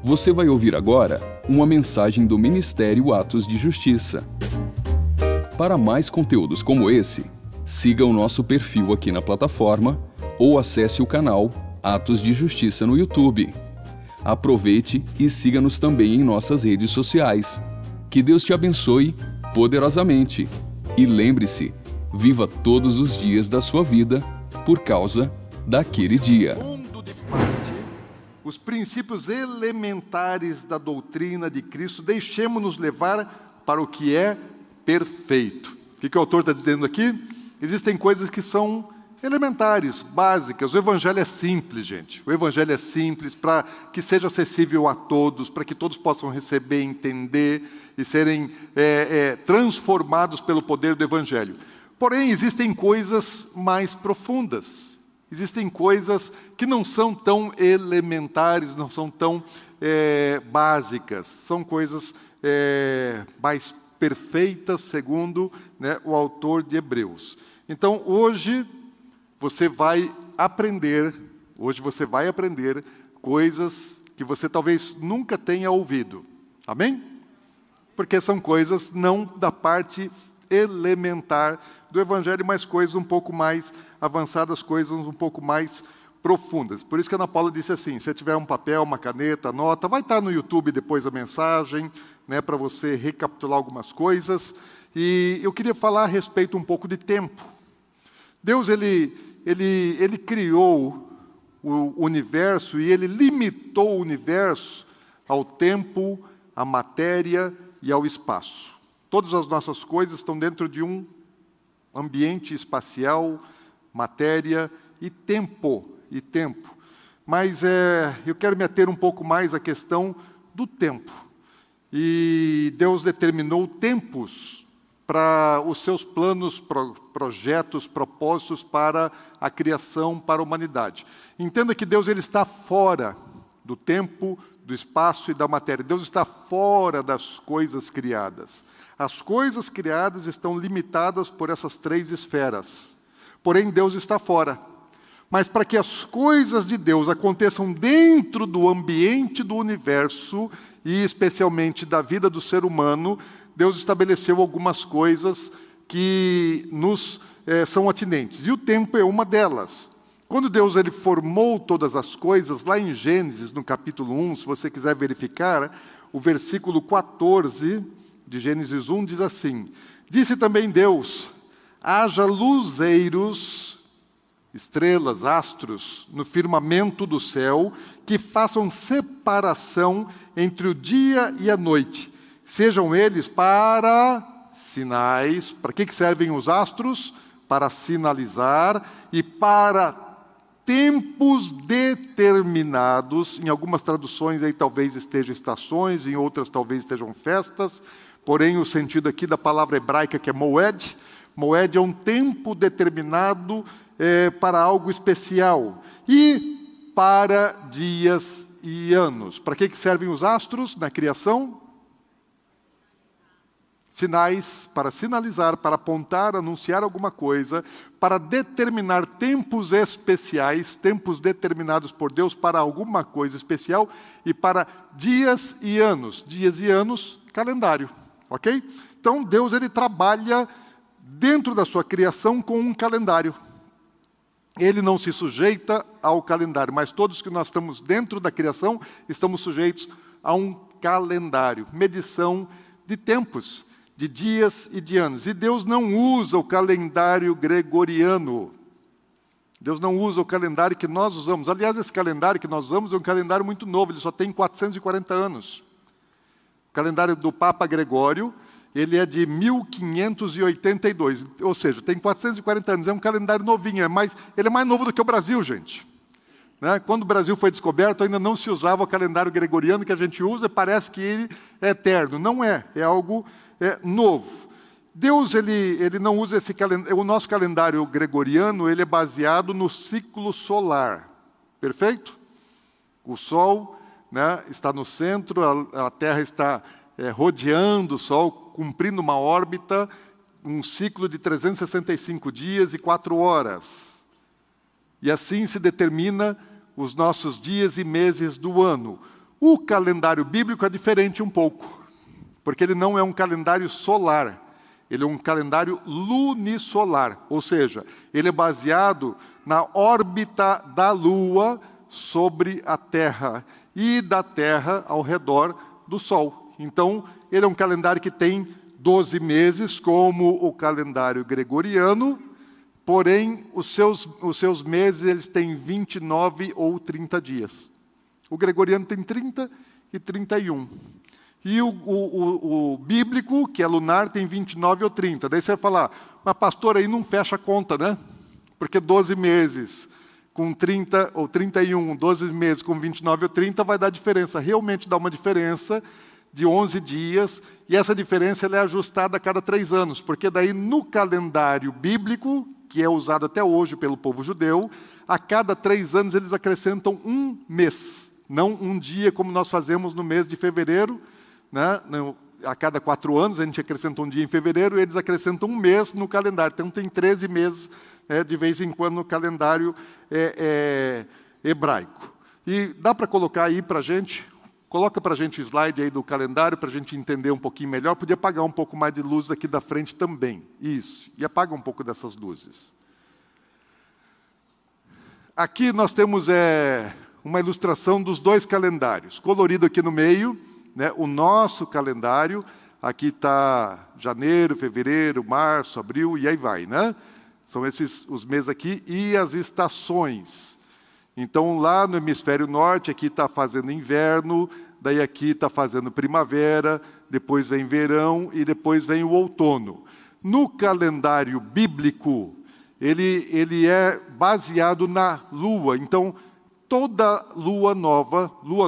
Você vai ouvir agora uma mensagem do Ministério Atos de Justiça. Para mais conteúdos como esse, siga o nosso perfil aqui na plataforma ou acesse o canal Atos de Justiça no YouTube. Aproveite e siga-nos também em nossas redes sociais. Que Deus te abençoe poderosamente. E lembre-se, viva todos os dias da sua vida por causa daquele dia. Pondo de parte os princípios elementares da doutrina de Cristo, deixemos-nos levar para o que é perfeito. O que o autor está dizendo aqui? Existem coisas que são elementares, básicas. O Evangelho é simples, gente. O Evangelho é simples para que seja acessível a todos, para que todos possam receber, entender e serem transformados pelo poder do Evangelho. Porém, existem coisas mais profundas. Existem coisas que não são tão elementares, não são tão básicas. São coisas mais perfeitas, segundo o autor de Hebreus. Então, hoje você vai aprender coisas que você talvez nunca tenha ouvido. Amém? Porque são coisas não da parte elementar do Evangelho, mas coisas um pouco mais avançadas, coisas um pouco mais profundas. Por isso que a Ana Paula disse assim, se tiver um papel, uma caneta, anota, vai estar no YouTube depois a mensagem, para você recapitular algumas coisas. E eu queria falar a respeito um pouco de tempo. Deus, ele criou o universo e Ele limitou o universo ao tempo, à matéria e ao espaço. Todas as nossas coisas estão dentro de um ambiente espacial, matéria e tempo. Mas eu quero me ater um pouco mais à questão do tempo. E Deus determinou tempos para os seus planos, projetos, propósitos para a criação, para a humanidade. Entenda que Deus ele está fora do tempo, do espaço e da matéria. Deus está fora das coisas criadas. As coisas criadas estão limitadas por essas três esferas. Porém, Deus está fora. Mas para que as coisas de Deus aconteçam dentro do ambiente do universo, e especialmente da vida do ser humano, Deus estabeleceu algumas coisas que nos são atinentes. E o tempo é uma delas. Quando Deus ele formou todas as coisas, lá em Gênesis, no capítulo 1, se você quiser verificar, o versículo 14 de Gênesis 1 diz assim, disse também Deus, haja luzeiros, estrelas, astros, no firmamento do céu, que façam separação entre o dia e a noite. Sejam eles para sinais. Para que servem os astros? Para sinalizar e para tempos determinados. Em algumas traduções aí talvez estejam estações, em outras talvez estejam festas. Porém, o sentido aqui da palavra hebraica que é moed. Moed é um tempo determinado para algo especial. E para dias e anos. Para que servem os astros na criação? Sinais, para sinalizar, para apontar, anunciar alguma coisa, para determinar tempos especiais, tempos determinados por Deus para alguma coisa especial, e para dias e anos, calendário, ok? Então, Deus ele trabalha dentro da sua criação com um calendário. Ele não se sujeita ao calendário, mas todos que nós estamos dentro da criação, estamos sujeitos a um calendário, medição de tempos, de dias e de anos. E Deus não usa o calendário gregoriano. Deus não usa o calendário que nós usamos. Aliás, esse calendário que nós usamos é um calendário muito novo, ele só tem 440 anos. O calendário do Papa Gregório, ele é de 1582, ou seja, tem 440 anos, é um calendário novinho, ele é mais novo do que o Brasil, gente. Quando o Brasil foi descoberto, ainda não se usava o calendário gregoriano que a gente usa, parece que ele é eterno. Não é, é algo novo. Deus ele não usa esse calendário, o nosso calendário gregoriano ele é baseado no ciclo solar, perfeito? O Sol está no centro, a Terra está rodeando o Sol, cumprindo uma órbita, um ciclo de 365 dias e 4 horas. E assim se determina os nossos dias e meses do ano. O calendário bíblico é diferente um pouco, porque ele não é um calendário solar, ele é um calendário lunisolar, ou seja, ele é baseado na órbita da Lua sobre a Terra e da Terra ao redor do Sol. Então, ele é um calendário que tem 12 meses, como o calendário gregoriano, porém, os seus meses eles têm 29 ou 30 dias. O gregoriano tem 30 e 31. E o bíblico, que é lunar, tem 29 ou 30. Daí você vai falar, mas pastor, aí não fecha a conta, né? Porque 12 meses com 30 ou 31, 12 meses com 29 ou 30 vai dar diferença. Realmente dá uma diferença de 11 dias, e essa diferença ela é ajustada a cada 3 anos, porque daí no calendário bíblico, que é usado até hoje pelo povo judeu, a cada 3 anos eles acrescentam um mês, não um dia como nós fazemos no mês de fevereiro, né? A cada 4 anos a gente acrescenta um dia em fevereiro, e eles acrescentam um mês no calendário. Então tem 13 meses, de vez em quando, no calendário hebraico. E dá para colocar aí para a gente, coloca para a gente o slide aí do calendário, para a gente entender um pouquinho melhor. Podia apagar um pouco mais de luz aqui da frente também. Isso, e apaga um pouco dessas luzes. Aqui nós temos uma ilustração dos 2 calendários, colorido aqui no meio, né, o nosso calendário, aqui está janeiro, fevereiro, março, abril, e aí vai, né? São esses os meses aqui, e as estações. Então, lá no hemisfério norte, aqui está fazendo inverno, daí aqui está fazendo primavera, depois vem verão, e depois vem o outono. No calendário bíblico, ele é baseado na lua. Então, toda lua nova,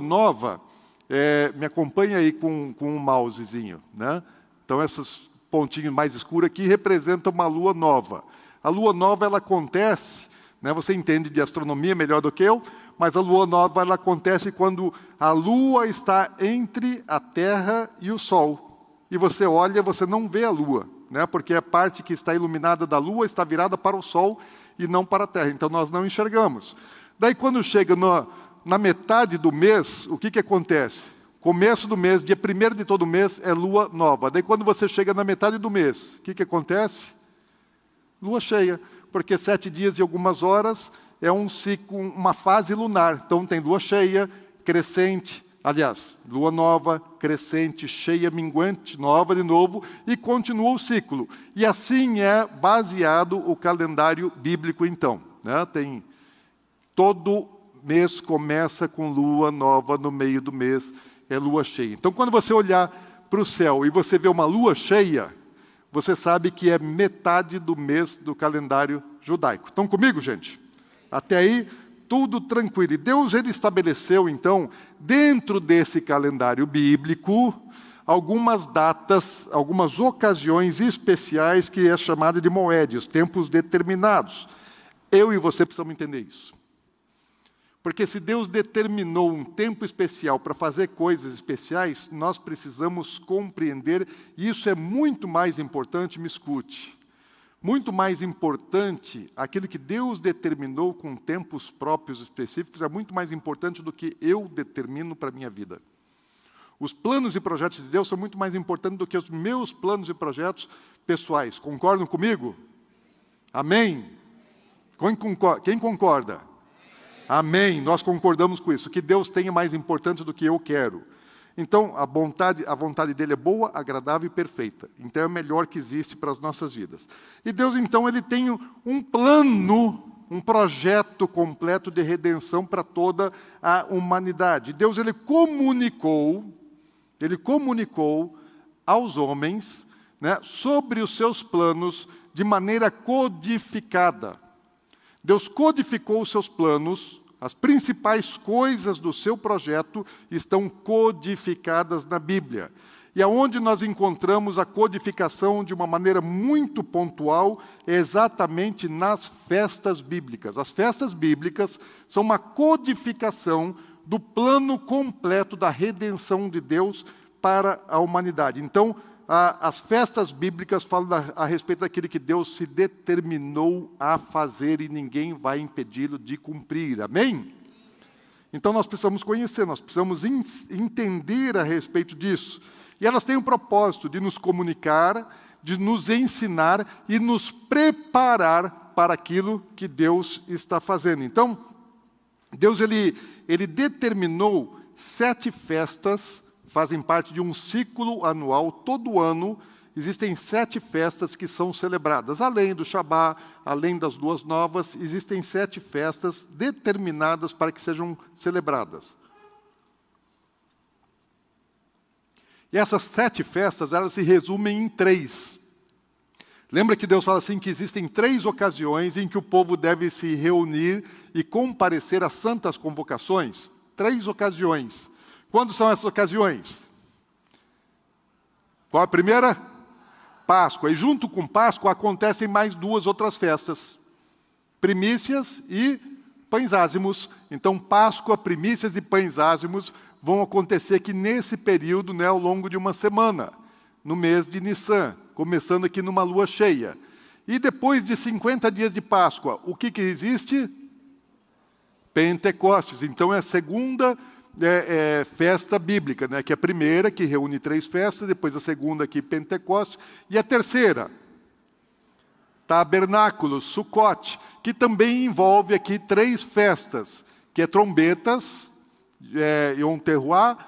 me acompanha aí com um mousezinho, né? Então, esses pontinhos mais escuros aqui representam uma lua nova. A lua nova, ela acontece, né? Você entende de astronomia melhor do que eu, mas a lua nova ela acontece quando a lua está entre a Terra e o Sol. E você olha, você não vê a lua, né? Porque a parte que está iluminada da lua está virada para o Sol e não para a Terra. Então, nós não enxergamos. Daí, quando chega na metade do mês, o que acontece? Começo do mês, dia 1º de todo mês, é lua nova. Daí, quando você chega na metade do mês, o que acontece? Lua cheia, porque 7 dias e algumas horas é um ciclo, uma fase lunar. Então, tem lua cheia, crescente, aliás, lua nova, crescente, cheia, minguante, nova de novo, e continua o ciclo. E assim é baseado o calendário bíblico, então, né? Todo mês começa com lua nova, no meio do mês é lua cheia. Então, quando você olhar para o céu e você vê uma lua cheia, você sabe que é metade do mês do calendário judaico. Estão comigo, gente? Até aí, tudo tranquilo. E Deus ele estabeleceu, então, dentro desse calendário bíblico, algumas datas, algumas ocasiões especiais que é chamada de moédios, tempos determinados. Eu e você precisamos entender isso. Porque se Deus determinou um tempo especial para fazer coisas especiais, nós precisamos compreender, e isso é muito mais importante, me escute, muito mais importante, aquilo que Deus determinou com tempos próprios específicos, é muito mais importante do que eu determino para a minha vida. Os planos e projetos de Deus são muito mais importantes do que os meus planos e projetos pessoais. Concordam comigo? Amém? Quem concorda? Amém, nós concordamos com isso, que Deus tenha mais importante do que eu quero. Então, a vontade dele é boa, agradável e perfeita. Então, é o melhor que existe para as nossas vidas. E Deus, então, ele tem um plano, um projeto completo de redenção para toda a humanidade. Deus, ele comunicou aos homens, né, sobre os seus planos de maneira codificada. Deus codificou os seus planos, as principais coisas do seu projeto estão codificadas na Bíblia. E aonde nós encontramos a codificação de uma maneira muito pontual é exatamente nas festas bíblicas. As festas bíblicas são uma codificação do plano completo da redenção de Deus para a humanidade. Então, as festas bíblicas falam a respeito daquilo que Deus se determinou a fazer e ninguém vai impedi-lo de cumprir. Amém? Então nós precisamos conhecer, nós precisamos entender a respeito disso. E elas têm o propósito de nos comunicar, de nos ensinar e nos preparar para aquilo que Deus está fazendo. Então, Deus ele determinou 7 festas, fazem parte de um ciclo anual. Todo ano existem 7 festas que são celebradas. Além do Shabá, além das Luas Novas, existem 7 festas determinadas para que sejam celebradas. E essas 7 festas, elas se resumem em 3. Lembra que Deus fala assim, que existem 3 ocasiões em que o povo deve se reunir e comparecer às santas convocações? 3 ocasiões. Quando são essas ocasiões? Qual a primeira? Páscoa. E junto com Páscoa acontecem mais 2 outras festas. Primícias e pães ázimos. Então, Páscoa, primícias e pães ázimos vão acontecer aqui nesse período, né, ao longo de uma semana, no mês de Nissan, começando aqui numa lua cheia. E depois de 50 dias de Páscoa, o que existe? Pentecostes. Então, é a segunda festa bíblica, né, que é a primeira, que reúne 3 festas, depois a segunda aqui, Pentecostes, e a terceira, Tabernáculos, Sucote, que também envolve aqui 3 festas, que é trombetas, Yom Teruah,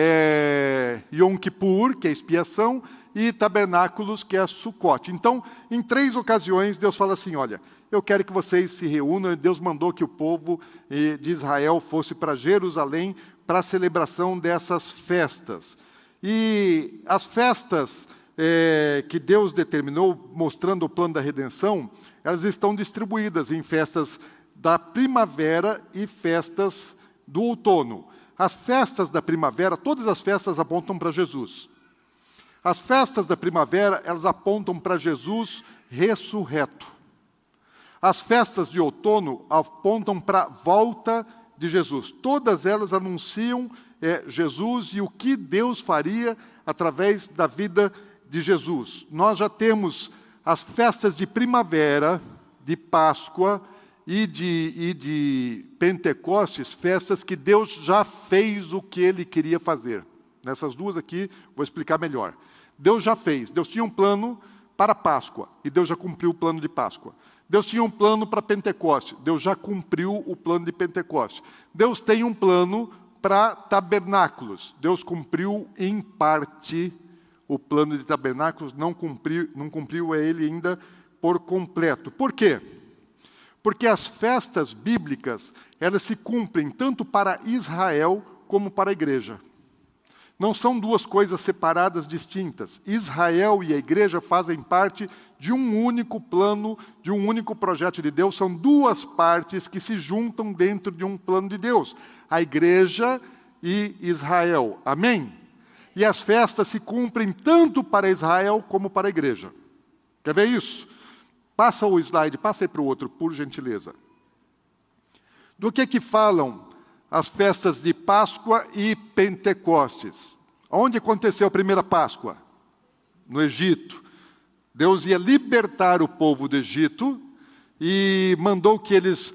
Yom Kippur, que é expiação, e tabernáculos, que é Sucote. Então, em 3 ocasiões, Deus fala assim, olha, eu quero que vocês se reúnam. Deus mandou que o povo de Israel fosse para Jerusalém para a celebração dessas festas. E as festas que Deus determinou, mostrando o plano da redenção, elas estão distribuídas em festas da primavera e festas do outono. As festas da primavera, todas as festas apontam para Jesus. As festas da primavera, elas apontam para Jesus ressurreto. As festas de outono apontam para a volta de Jesus. Todas elas anunciam Jesus e o que Deus faria através da vida de Jesus. Nós já temos as festas de primavera, de Páscoa e de Pentecostes, festas que Deus já fez o que Ele queria fazer. Nessas 2 aqui, vou explicar melhor. Deus já fez. Deus tinha um plano para a Páscoa, e Deus já cumpriu o plano de Páscoa. Deus tinha um plano para Pentecostes, Deus já cumpriu o plano de Pentecostes. Deus tem um plano para tabernáculos, Deus cumpriu em parte o plano de tabernáculos, não cumpriu ele ainda por completo. Por quê? Porque as festas bíblicas, elas se cumprem tanto para Israel como para a igreja. Não são 2 coisas separadas, distintas. Israel e a igreja fazem parte de um único plano, de um único projeto de Deus. São 2 partes que se juntam dentro de um plano de Deus. A igreja e Israel. Amém? E as festas se cumprem tanto para Israel como para a igreja. Quer ver isso? Passa o slide, passa aí para o outro, por gentileza. Do que falam as festas de Páscoa e Pentecostes? Onde aconteceu a primeira Páscoa? No Egito. Deus ia libertar o povo do Egito e mandou que eles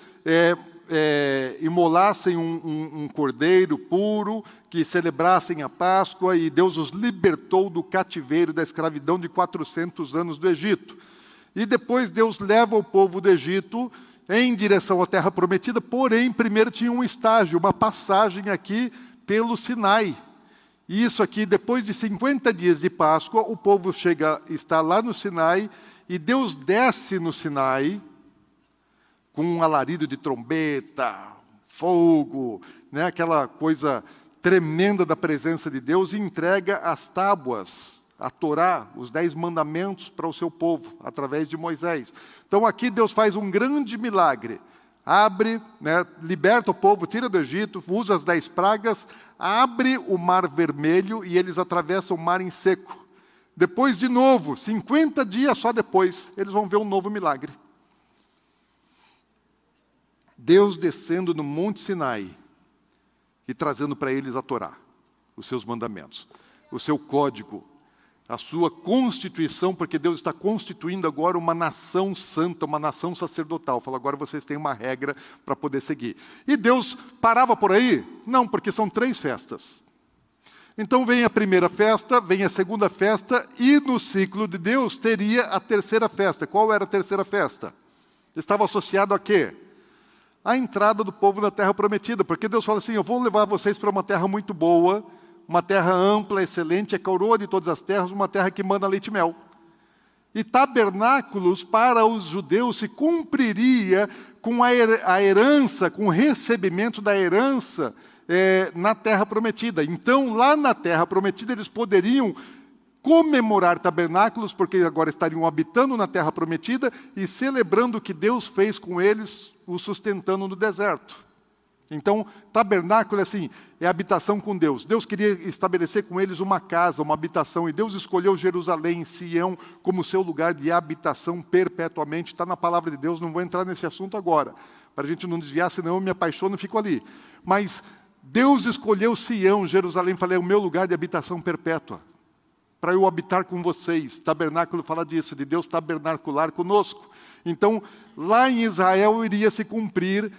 imolassem um cordeiro puro, que celebrassem a Páscoa, e Deus os libertou do cativeiro, da escravidão de 400 anos do Egito. E depois Deus leva o povo do Egito em direção à terra prometida, porém, primeiro tinha um estágio, uma passagem aqui pelo Sinai. E isso aqui, depois de 50 dias de Páscoa, o povo está lá no Sinai, e Deus desce no Sinai, com um alarido de trombeta, fogo, né, aquela coisa tremenda da presença de Deus, e entrega as tábuas, a Torá, os 10 mandamentos para o seu povo, através de Moisés. Então aqui Deus faz um grande milagre. Abre, né, liberta o povo, tira do Egito, usa as 10 pragas, abre o mar vermelho e eles atravessam o mar em seco. Depois, de novo, 50 dias só depois, eles vão ver um novo milagre. Deus descendo no Monte Sinai e trazendo para eles a Torá, os seus mandamentos, o seu código, a sua constituição, porque Deus está constituindo agora uma nação santa, uma nação sacerdotal. Fala, agora vocês têm uma regra para poder seguir. E Deus parava por aí? Não, porque são 3 festas. Então vem a primeira festa, vem a segunda festa, e no ciclo de Deus teria a terceira festa. Qual era a terceira festa? Estava associado a quê? A entrada do povo na terra prometida, porque Deus fala assim, eu vou levar vocês para uma terra muito boa, uma terra ampla, excelente, a coroa de todas as terras, uma terra que manda leite e mel. E tabernáculos para os judeus se cumpriria com a herança, com o recebimento da herança na terra prometida. Então, lá na terra prometida, eles poderiam comemorar tabernáculos, porque agora estariam habitando na terra prometida e celebrando o que Deus fez com eles, os sustentando no deserto. Então, tabernáculo é habitação com Deus. Deus queria estabelecer com eles uma casa, uma habitação, e Deus escolheu Jerusalém, Sião, como seu lugar de habitação perpetuamente. Está na palavra de Deus, não vou entrar nesse assunto agora, para a gente não desviar, senão eu me apaixono e fico ali. Mas Deus escolheu Sião, Jerusalém, falei, é o meu lugar de habitação perpétua, para eu habitar com vocês. Tabernáculo fala disso, de Deus tabernacular conosco. Então, lá em Israel iria se cumprir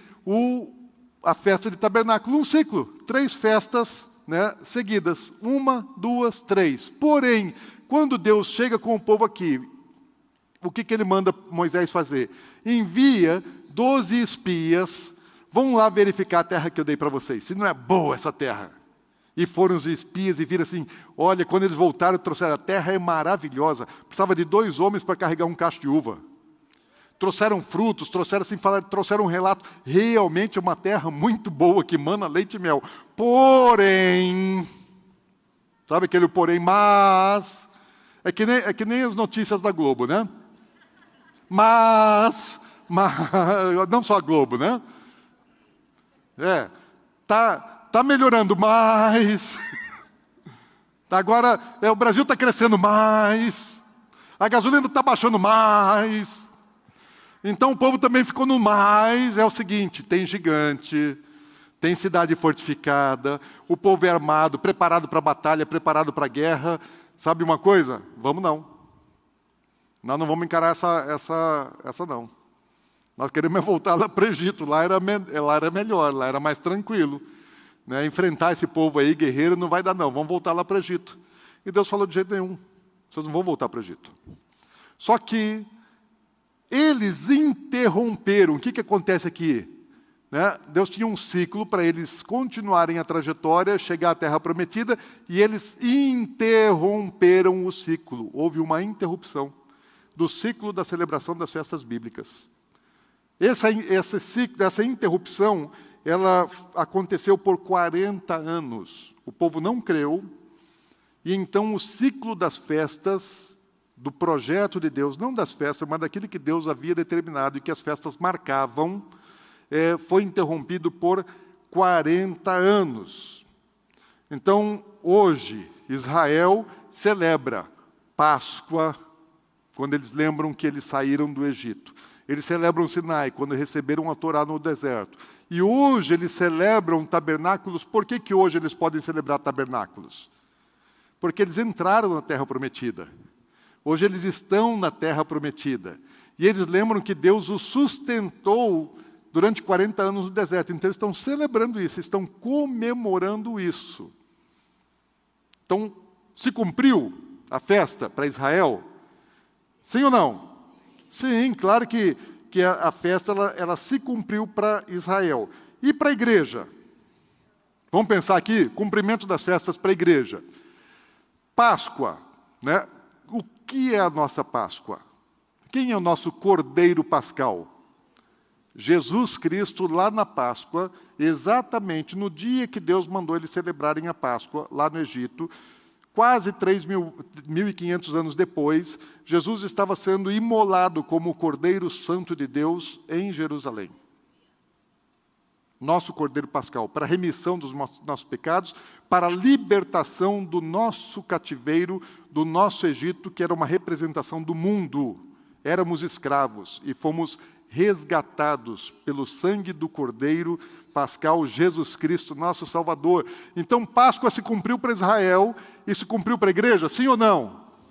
a festa de tabernáculo, um ciclo, 3 festas seguidas, 1, 2, 3. Porém, quando Deus chega com o povo aqui, o que ele manda Moisés fazer? Envia 12 espias, vão lá verificar a terra que eu dei para vocês, se não é boa essa terra. E foram os espias e viram assim, olha, quando eles voltaram, trouxeram, a terra é maravilhosa, precisava de 2 homens para carregar um cacho de uva. Trouxeram frutos, trouxeram um relato, realmente é uma terra muito boa, que mana leite e mel. Porém, sabe aquele porém, mas, é que nem as notícias da Globo, né? Mas, não só a Globo, né? Tá melhorando mais, agora o Brasil está crescendo mais, a gasolina está baixando mais, então o povo também ficou no mais. É o seguinte, tem gigante, tem cidade fortificada, o povo é armado, preparado para a batalha, preparado para a guerra. Sabe uma coisa? Vamos não. Nós não vamos encarar essa não. Nós queremos voltar lá para o Egito, lá era melhor, lá era mais tranquilo. Enfrentar esse povo aí, guerreiro, não vai dar não, vamos voltar lá para o Egito. E Deus falou, de jeito nenhum, vocês não vão voltar para o Egito. Só que eles interromperam. O que acontece aqui? Deus tinha um ciclo para eles continuarem a trajetória, chegar à terra prometida, e eles interromperam o ciclo. Houve uma interrupção do ciclo da celebração das festas bíblicas. Essa interrupção, ela aconteceu por 40 anos. O povo não creu, e então o ciclo das festas, do projeto de Deus, não das festas, mas daquilo que Deus havia determinado e que as festas marcavam, foi interrompido por 40 anos. Então, hoje, Israel celebra Páscoa, quando eles lembram que eles saíram do Egito. Eles celebram Sinai, quando receberam a Torá no deserto. E hoje eles celebram tabernáculos. Por que hoje eles podem celebrar tabernáculos? Porque eles entraram na terra prometida. Hoje eles estão na terra prometida. E eles lembram que Deus os sustentou durante 40 anos no deserto. Então eles estão celebrando isso, estão comemorando isso. Então, se cumpriu a festa para Israel? Sim ou não? Sim, claro que a festa ela se cumpriu para Israel. E para a igreja? Vamos pensar aqui, cumprimento das festas para a igreja. Páscoa, O que é a nossa Páscoa? Quem é o nosso Cordeiro Pascal? Jesus Cristo, lá na Páscoa, exatamente no dia que Deus mandou eles celebrarem a Páscoa, lá no Egito, quase 3.500 anos depois, Jesus estava sendo imolado como o Cordeiro Santo de Deus em Jerusalém. Nosso Cordeiro Pascal, para a remissão dos nossos pecados, para a libertação do nosso cativeiro, do nosso Egito, que era uma representação do mundo. Éramos escravos e fomos resgatados pelo sangue do Cordeiro Pascal, Jesus Cristo, nosso Salvador. Então, Páscoa se cumpriu para Israel e se cumpriu para a igreja, sim ou não?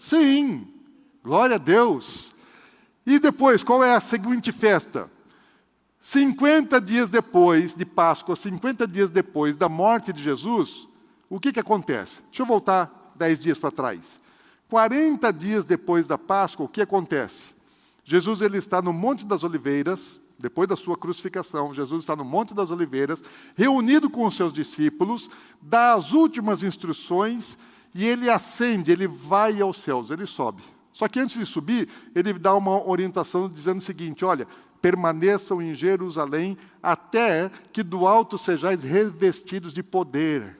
Sim, glória a Deus. E depois, qual é a seguinte festa? 50 dias depois de Páscoa, 50 dias depois da morte de Jesus, o que acontece? Deixa eu voltar 10 dias para trás. 40 dias depois da Páscoa, o que acontece? Jesus ele está no Monte das Oliveiras, depois da sua crucificação, Jesus está no Monte das Oliveiras, reunido com os seus discípulos, dá as últimas instruções, e ele ascende, ele vai aos céus, ele sobe. Só que antes de subir, ele dá uma orientação dizendo o seguinte, olha, permaneçam em Jerusalém até que do alto sejais revestidos de poder.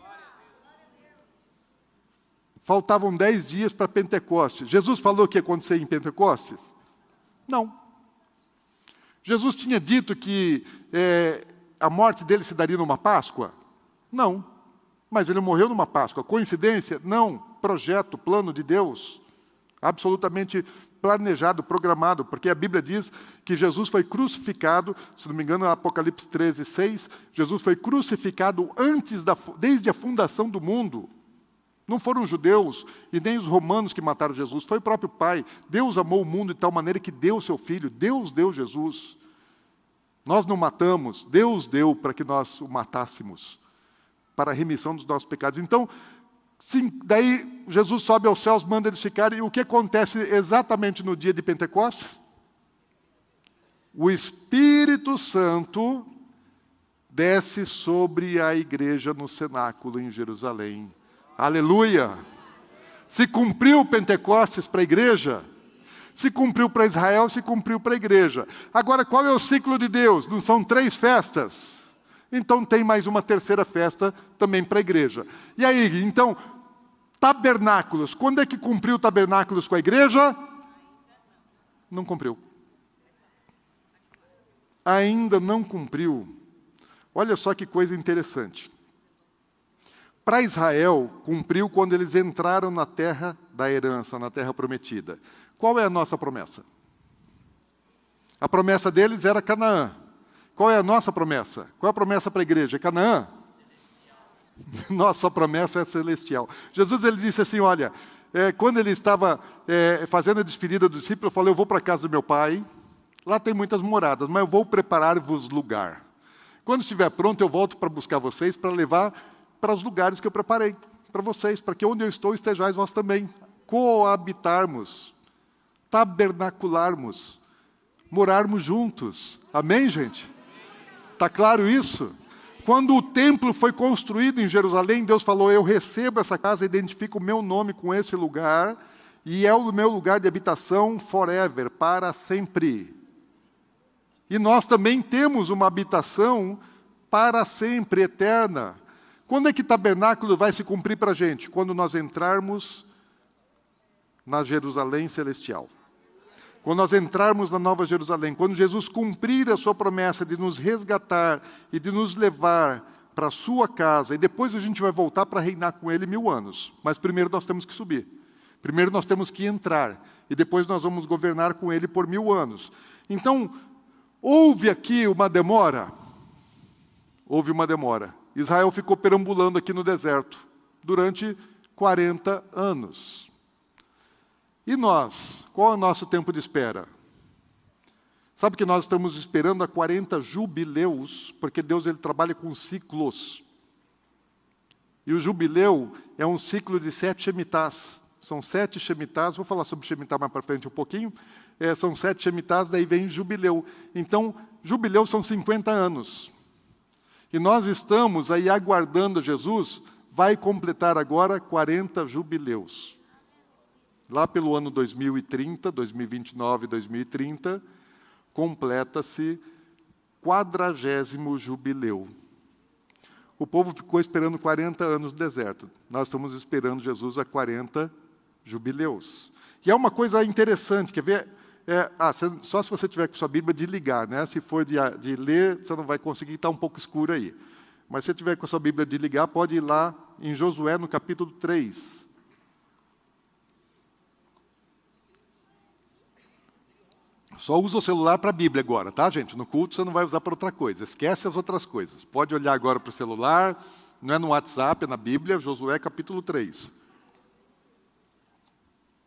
Faltavam 10 dias para Pentecostes. Jesus falou que ia acontecer em Pentecostes? Não. Jesus tinha dito que a morte dele se daria numa Páscoa? Não. Mas ele morreu numa Páscoa. Coincidência? Não. Projeto, plano de Deus. Absolutamente planejado, programado, porque a Bíblia diz que Jesus foi crucificado, se não me engano, Apocalipse 13, 6, Jesus foi crucificado desde a fundação do mundo. Não foram os judeus e nem os romanos que mataram Jesus, foi o próprio Pai. Deus amou o mundo de tal maneira que deu o seu Filho, Deus deu Jesus. Nós não matamos, Deus deu para que nós o matássemos, para a remissão dos nossos pecados. Então, sim, daí Jesus sobe aos céus, manda eles ficarem, e o que acontece exatamente no dia de Pentecostes? O Espírito Santo desce sobre a igreja no cenáculo em Jerusalém. Aleluia! Se cumpriu o Pentecostes para a igreja, se cumpriu para Israel, se cumpriu para a igreja. Agora, qual é o ciclo de Deus? Não são 3 festas? Então tem mais uma terceira festa também para a igreja. E aí, então, tabernáculos. Quando é que cumpriu tabernáculos com a igreja? Não cumpriu. Ainda não cumpriu. Olha só que coisa interessante. Para Israel, cumpriu quando eles entraram na terra da herança, na terra prometida. Qual é a nossa promessa? A promessa deles era Canaã. Qual é a nossa promessa? Qual é a promessa para a igreja? É Canaã? Nossa promessa é celestial. Jesus ele disse assim, olha, quando ele estava fazendo a despedida do discípulo, eu falei, eu vou para a casa do meu pai, lá tem muitas moradas, mas eu vou preparar-vos lugar. Quando estiver pronto, eu volto para buscar vocês, para levar para os lugares que eu preparei para vocês, para que onde eu estou estejais vós também. Coabitarmos, tabernacularmos, morarmos juntos. Amém, gente? Está claro isso? Quando o templo foi construído em Jerusalém, Deus falou, eu recebo essa casa, identifico o meu nome com esse lugar, e é o meu lugar de habitação forever, para sempre. E nós também temos uma habitação para sempre, eterna. Quando é que tabernáculo vai se cumprir para a gente? Quando nós entrarmos na Jerusalém celestial. Quando nós entrarmos na Nova Jerusalém, quando Jesus cumprir a sua promessa de nos resgatar e de nos levar para a sua casa, e depois a gente vai voltar para reinar com Ele 1000 anos. Mas primeiro nós temos que subir. Primeiro nós temos que entrar. E depois nós vamos governar com Ele por 1000 anos. Então, houve aqui uma demora? Houve uma demora. Israel ficou perambulando aqui no deserto durante 40 anos. E nós? Qual é o nosso tempo de espera? Sabe que nós estamos esperando há 40 jubileus, porque Deus ele trabalha com ciclos. E o jubileu é um ciclo de 7 shemitás. São 7 shemitás, vou falar sobre shemitá mais para frente um pouquinho. São 7 shemitás, daí vem jubileu. Então, jubileu são 50 anos. E nós estamos aí aguardando Jesus, vai completar agora 40 jubileus. Lá pelo ano 2030, 2029, 2030, completa-se 40º jubileu. O povo ficou esperando 40 anos no deserto. Nós estamos esperando Jesus há 40 jubileus. E é uma coisa interessante, quer ver? Só se você tiver com sua Bíblia de ligar, né? Se for de ler, você não vai conseguir, está um pouco escuro aí. Mas se você tiver com a sua Bíblia de ligar, pode ir lá em Josué, no capítulo 3. Só usa o celular para a Bíblia agora, tá, gente? No culto você não vai usar para outra coisa. Esquece as outras coisas. Pode olhar agora para o celular, não é no WhatsApp, é na Bíblia, Josué capítulo 3.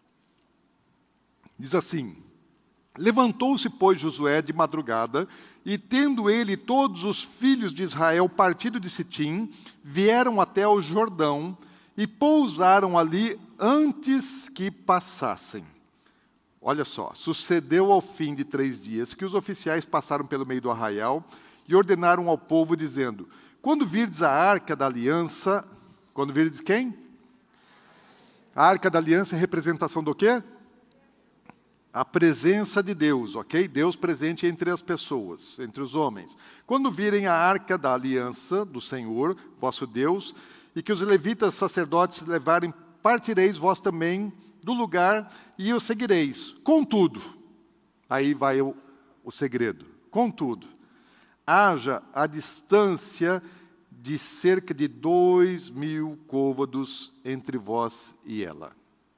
Diz assim: levantou-se, pois, Josué de madrugada, e tendo ele todos os filhos de Israel partido de Sitim, vieram até o Jordão e pousaram ali antes que passassem. Olha só, sucedeu ao fim de 3 dias que os oficiais passaram pelo meio do arraial e ordenaram ao povo, dizendo: quando virdes a arca da aliança... Quando virdes quem? A arca da aliança é representação do quê? A presença de Deus, ok? Deus presente entre as pessoas, entre os homens. Quando virem a arca da aliança do Senhor, vosso Deus, e que os levitas sacerdotes levarem, partireis vós também do lugar e o seguireis. Contudo, aí vai o segredo. Contudo, haja a distância de cerca de 2.000 côvados entre vós e ela.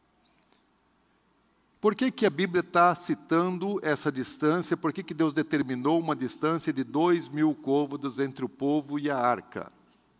Por que a Bíblia está citando essa distância? Por que Deus determinou uma distância de 2.000 côvados entre o povo e a arca?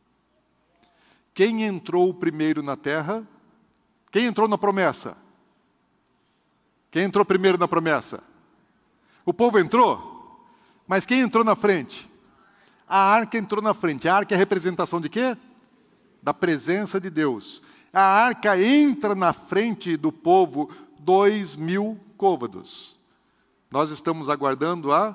Quem entrou primeiro na terra? Quem entrou na promessa? Quem entrou primeiro na promessa? O povo entrou? Mas quem entrou na frente? A arca entrou na frente. A arca é a representação de quê? Da presença de Deus. A arca entra na frente do povo 2.000 côvados. Nós estamos aguardando há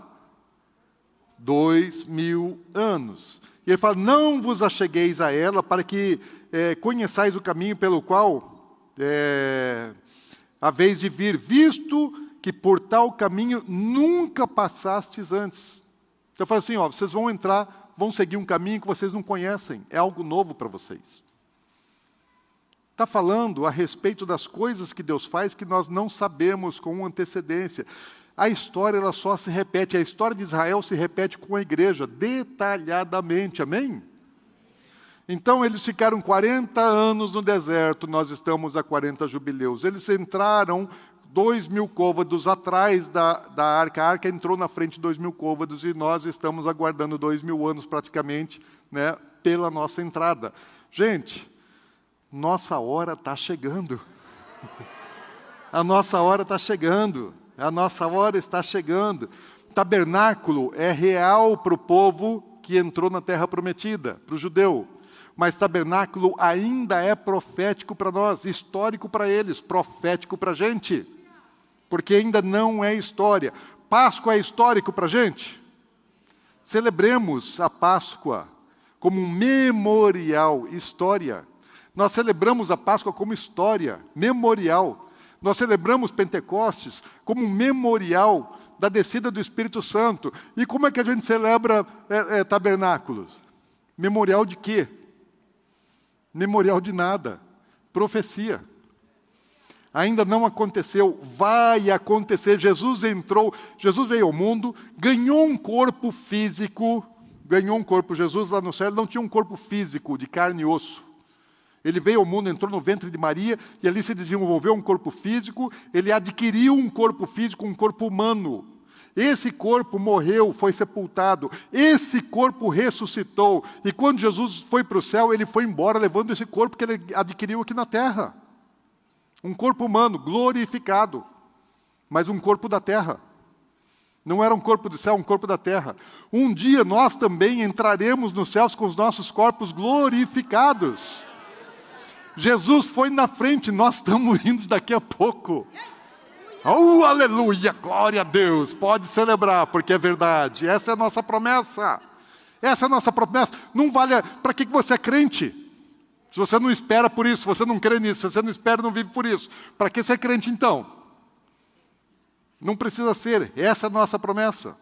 2.000 anos. E ele fala: não vos achegueis a ela, para que conheçais o caminho pelo qual haveis de vir, visto que por tal caminho nunca passastes antes. Então fala assim, vocês vão entrar, vão seguir um caminho que vocês não conhecem, é algo novo para vocês. Está falando a respeito das coisas que Deus faz que nós não sabemos com antecedência. A história ela só se repete, a história de Israel se repete com a igreja, detalhadamente, amém? Então eles ficaram 40 anos no deserto, nós estamos há 40 jubileus. Eles entraram 2.000 côvados atrás da arca, a arca entrou na frente 2.000 côvados e nós estamos aguardando 2.000 anos praticamente, né, pela nossa entrada. Gente, nossa hora está chegando. A nossa hora está chegando. A nossa hora está chegando. Tabernáculo é real para o povo que entrou na terra prometida, para o judeu. Mas tabernáculo ainda é profético para nós, histórico para eles, profético para a gente. Porque ainda não é história. Páscoa é histórico para a gente? Celebremos a Páscoa como um memorial, história. Nós celebramos a Páscoa como história, memorial. Nós celebramos Pentecostes como um memorial da descida do Espírito Santo. E como é que a gente celebra tabernáculos? Memorial de quê? Memorial de nada. Profecia. Ainda não aconteceu, vai acontecer. Jesus entrou, Jesus veio ao mundo, ganhou um corpo físico, Jesus lá no céu não tinha um corpo físico de carne e osso. Ele veio ao mundo, entrou no ventre de Maria, e ali se desenvolveu um corpo físico, ele adquiriu um corpo físico, um corpo humano. Esse corpo morreu, foi sepultado, esse corpo ressuscitou, e quando Jesus foi para o céu, ele foi embora levando esse corpo que ele adquiriu aqui na terra. Um corpo humano, glorificado, mas um corpo da terra. Não era um corpo do céu, um corpo da terra. Um dia nós também entraremos nos céus com os nossos corpos glorificados. Jesus foi na frente, nós estamos indo daqui a pouco. Oh, aleluia, glória a Deus. Pode celebrar, porque é verdade. Essa é a nossa promessa. Essa é a nossa promessa. Não vale... Para que você é crente? Se você não espera por isso, se você não crê nisso, se você não espera, não vive por isso. Para que ser crente, então? Não precisa ser. Essa é a nossa promessa.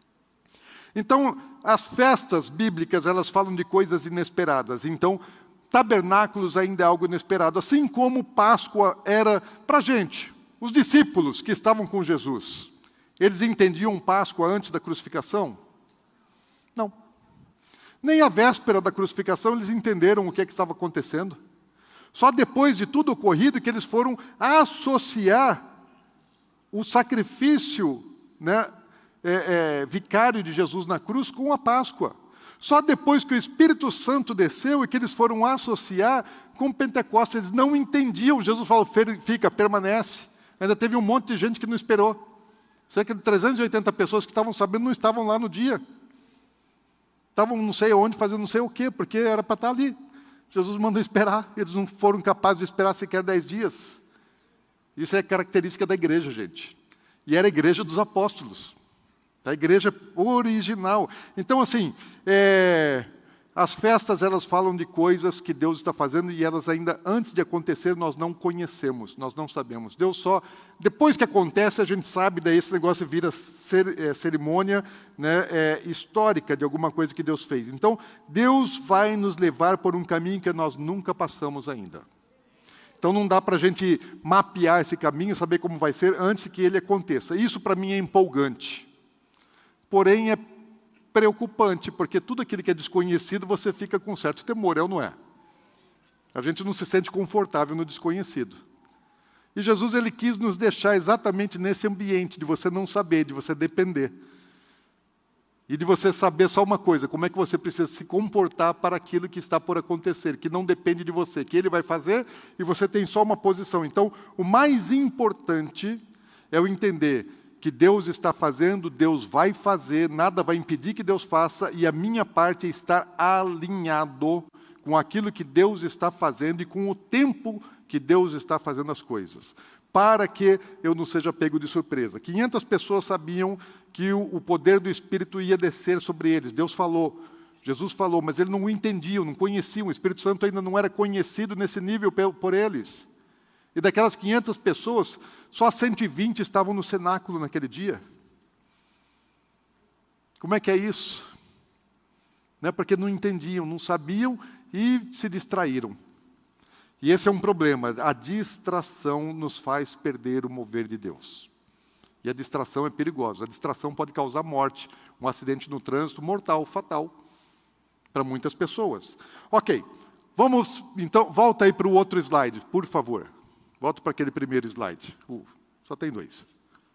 Então, as festas bíblicas, elas falam de coisas inesperadas. Então, tabernáculos ainda é algo inesperado. Assim como Páscoa era para a gente. Os discípulos que estavam com Jesus, eles entendiam Páscoa antes da crucificação? Não. Nem a véspera da crucificação eles entenderam o que estava acontecendo. Só depois de tudo ocorrido que eles foram associar o sacrifício, né, vicário de Jesus na cruz com a Páscoa. Só depois que o Espírito Santo desceu e que eles foram associar com Pentecostes, eles não entendiam. Jesus falou, fica, permanece. Ainda teve um monte de gente que não esperou. Cerca de 380 pessoas que estavam sabendo não estavam lá no dia. Estavam não sei onde, fazendo não sei o quê, porque era para estar ali. Jesus mandou esperar, eles não foram capazes de esperar sequer 10 dias. Isso é característica da igreja, gente. E era a igreja dos apóstolos, a igreja original. Então, assim, as festas, elas falam de coisas que Deus está fazendo e elas ainda, antes de acontecer, nós não conhecemos, nós não sabemos. Deus só, depois que acontece, a gente sabe, daí esse negócio vira cerimônia, né, histórica de alguma coisa que Deus fez. Então, Deus vai nos levar por um caminho que nós nunca passamos ainda. Então, não dá para a gente mapear esse caminho, saber como vai ser antes que ele aconteça. Isso, para mim, é empolgante. Porém, é preocupante, porque tudo aquilo que é desconhecido, você fica com certo temor, é ou não é? A gente não se sente confortável no desconhecido. E Jesus, ele quis nos deixar exatamente nesse ambiente, de você não saber, de você depender. E de você saber só uma coisa, como é que você precisa se comportar para aquilo que está por acontecer, que não depende de você, que ele vai fazer e você tem só uma posição. Então, o mais importante é o entender que Deus está fazendo, Deus vai fazer, nada vai impedir que Deus faça, e a minha parte é estar alinhado com aquilo que Deus está fazendo e com o tempo que Deus está fazendo as coisas, para que eu não seja pego de surpresa. 500 pessoas sabiam que o poder do Espírito ia descer sobre eles. Deus falou, Jesus falou, mas eles não o entendiam, não conheciam. O Espírito Santo ainda não era conhecido nesse nível por eles. E daquelas 500 pessoas, só 120 estavam no cenáculo naquele dia. Como é que é isso? Né? Porque não entendiam, não sabiam e se distraíram. E esse é um problema. A distração nos faz perder o mover de Deus. E a distração é perigosa. A distração pode causar morte, um acidente no trânsito mortal, fatal, para muitas pessoas. Ok, vamos, então, volta aí para o outro slide, por favor. Volta para aquele primeiro slide. Só tem 2.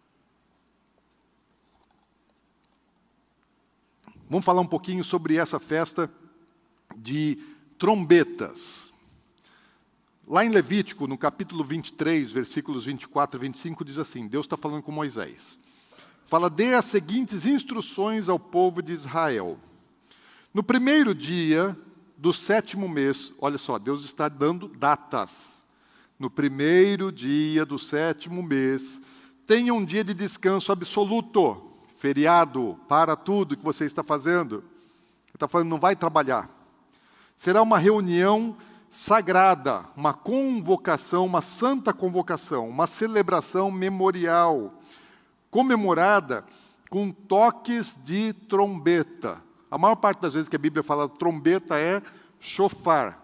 Vamos falar um pouquinho sobre essa festa de trombetas. Lá em Levítico, no capítulo 23, versículos 24 e 25, diz assim, Deus está falando com Moisés. Fala, dê as seguintes instruções ao povo de Israel. No primeiro dia do 7º mês, olha só, Deus está dando datas. No primeiro dia do 7º mês, tenha um dia de descanso absoluto, feriado, para tudo que você está fazendo. Ele está falando, não vai trabalhar. Será uma reunião sagrada, uma convocação, uma santa convocação, uma celebração memorial, comemorada com toques de trombeta. A maior parte das vezes que a Bíblia fala trombeta é shofar,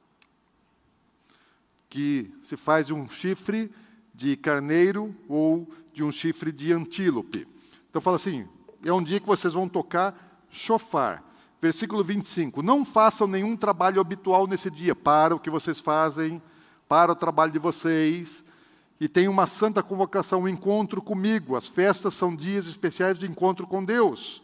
que se faz de um chifre de carneiro ou de um chifre de antílope. Então fala assim, é um dia que vocês vão tocar shofar. Versículo 25, não façam nenhum trabalho habitual nesse dia, para o que vocês fazem, para o trabalho de vocês, e tem uma santa convocação, um encontro comigo. As festas são dias especiais de encontro com Deus.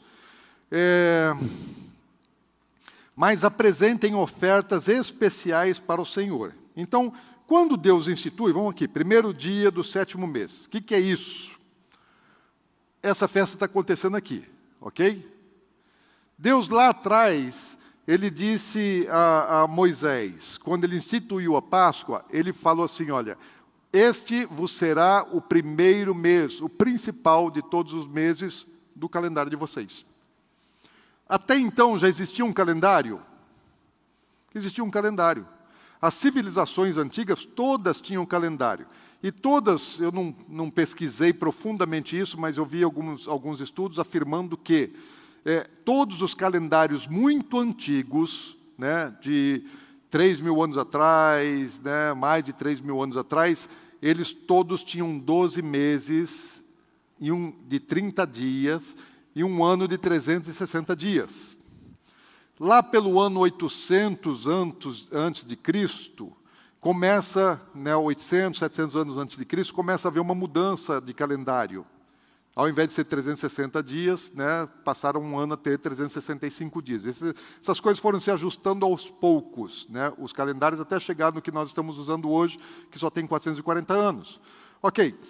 Mas apresentem ofertas especiais para o Senhor. Então, quando Deus institui, vamos aqui, primeiro dia do 7º mês. O que é isso? Essa festa está acontecendo aqui, ok? Deus lá atrás, ele disse a Moisés, quando ele instituiu a Páscoa, ele falou assim, olha, este vos será o primeiro mês, o principal de todos os meses do calendário de vocês. Até então já existia um calendário? Existia um calendário. As civilizações antigas, todas tinham calendário. E todas, eu não pesquisei profundamente isso, mas eu vi alguns estudos afirmando que todos os calendários muito antigos, né, de 3.000 anos atrás, né, mais de 3.000 anos atrás, eles todos tinham 12 meses de 30 dias e um ano de 360 dias. Lá pelo ano 800 antes de Cristo, começa, 800, 700 anos antes de Cristo, começa a haver uma mudança de calendário. Ao invés de ser 360 dias, passaram um ano a ter 365 dias. Essas coisas foram se ajustando aos poucos, os calendários, até chegar no que nós estamos usando hoje, que só tem 440 anos. Ok,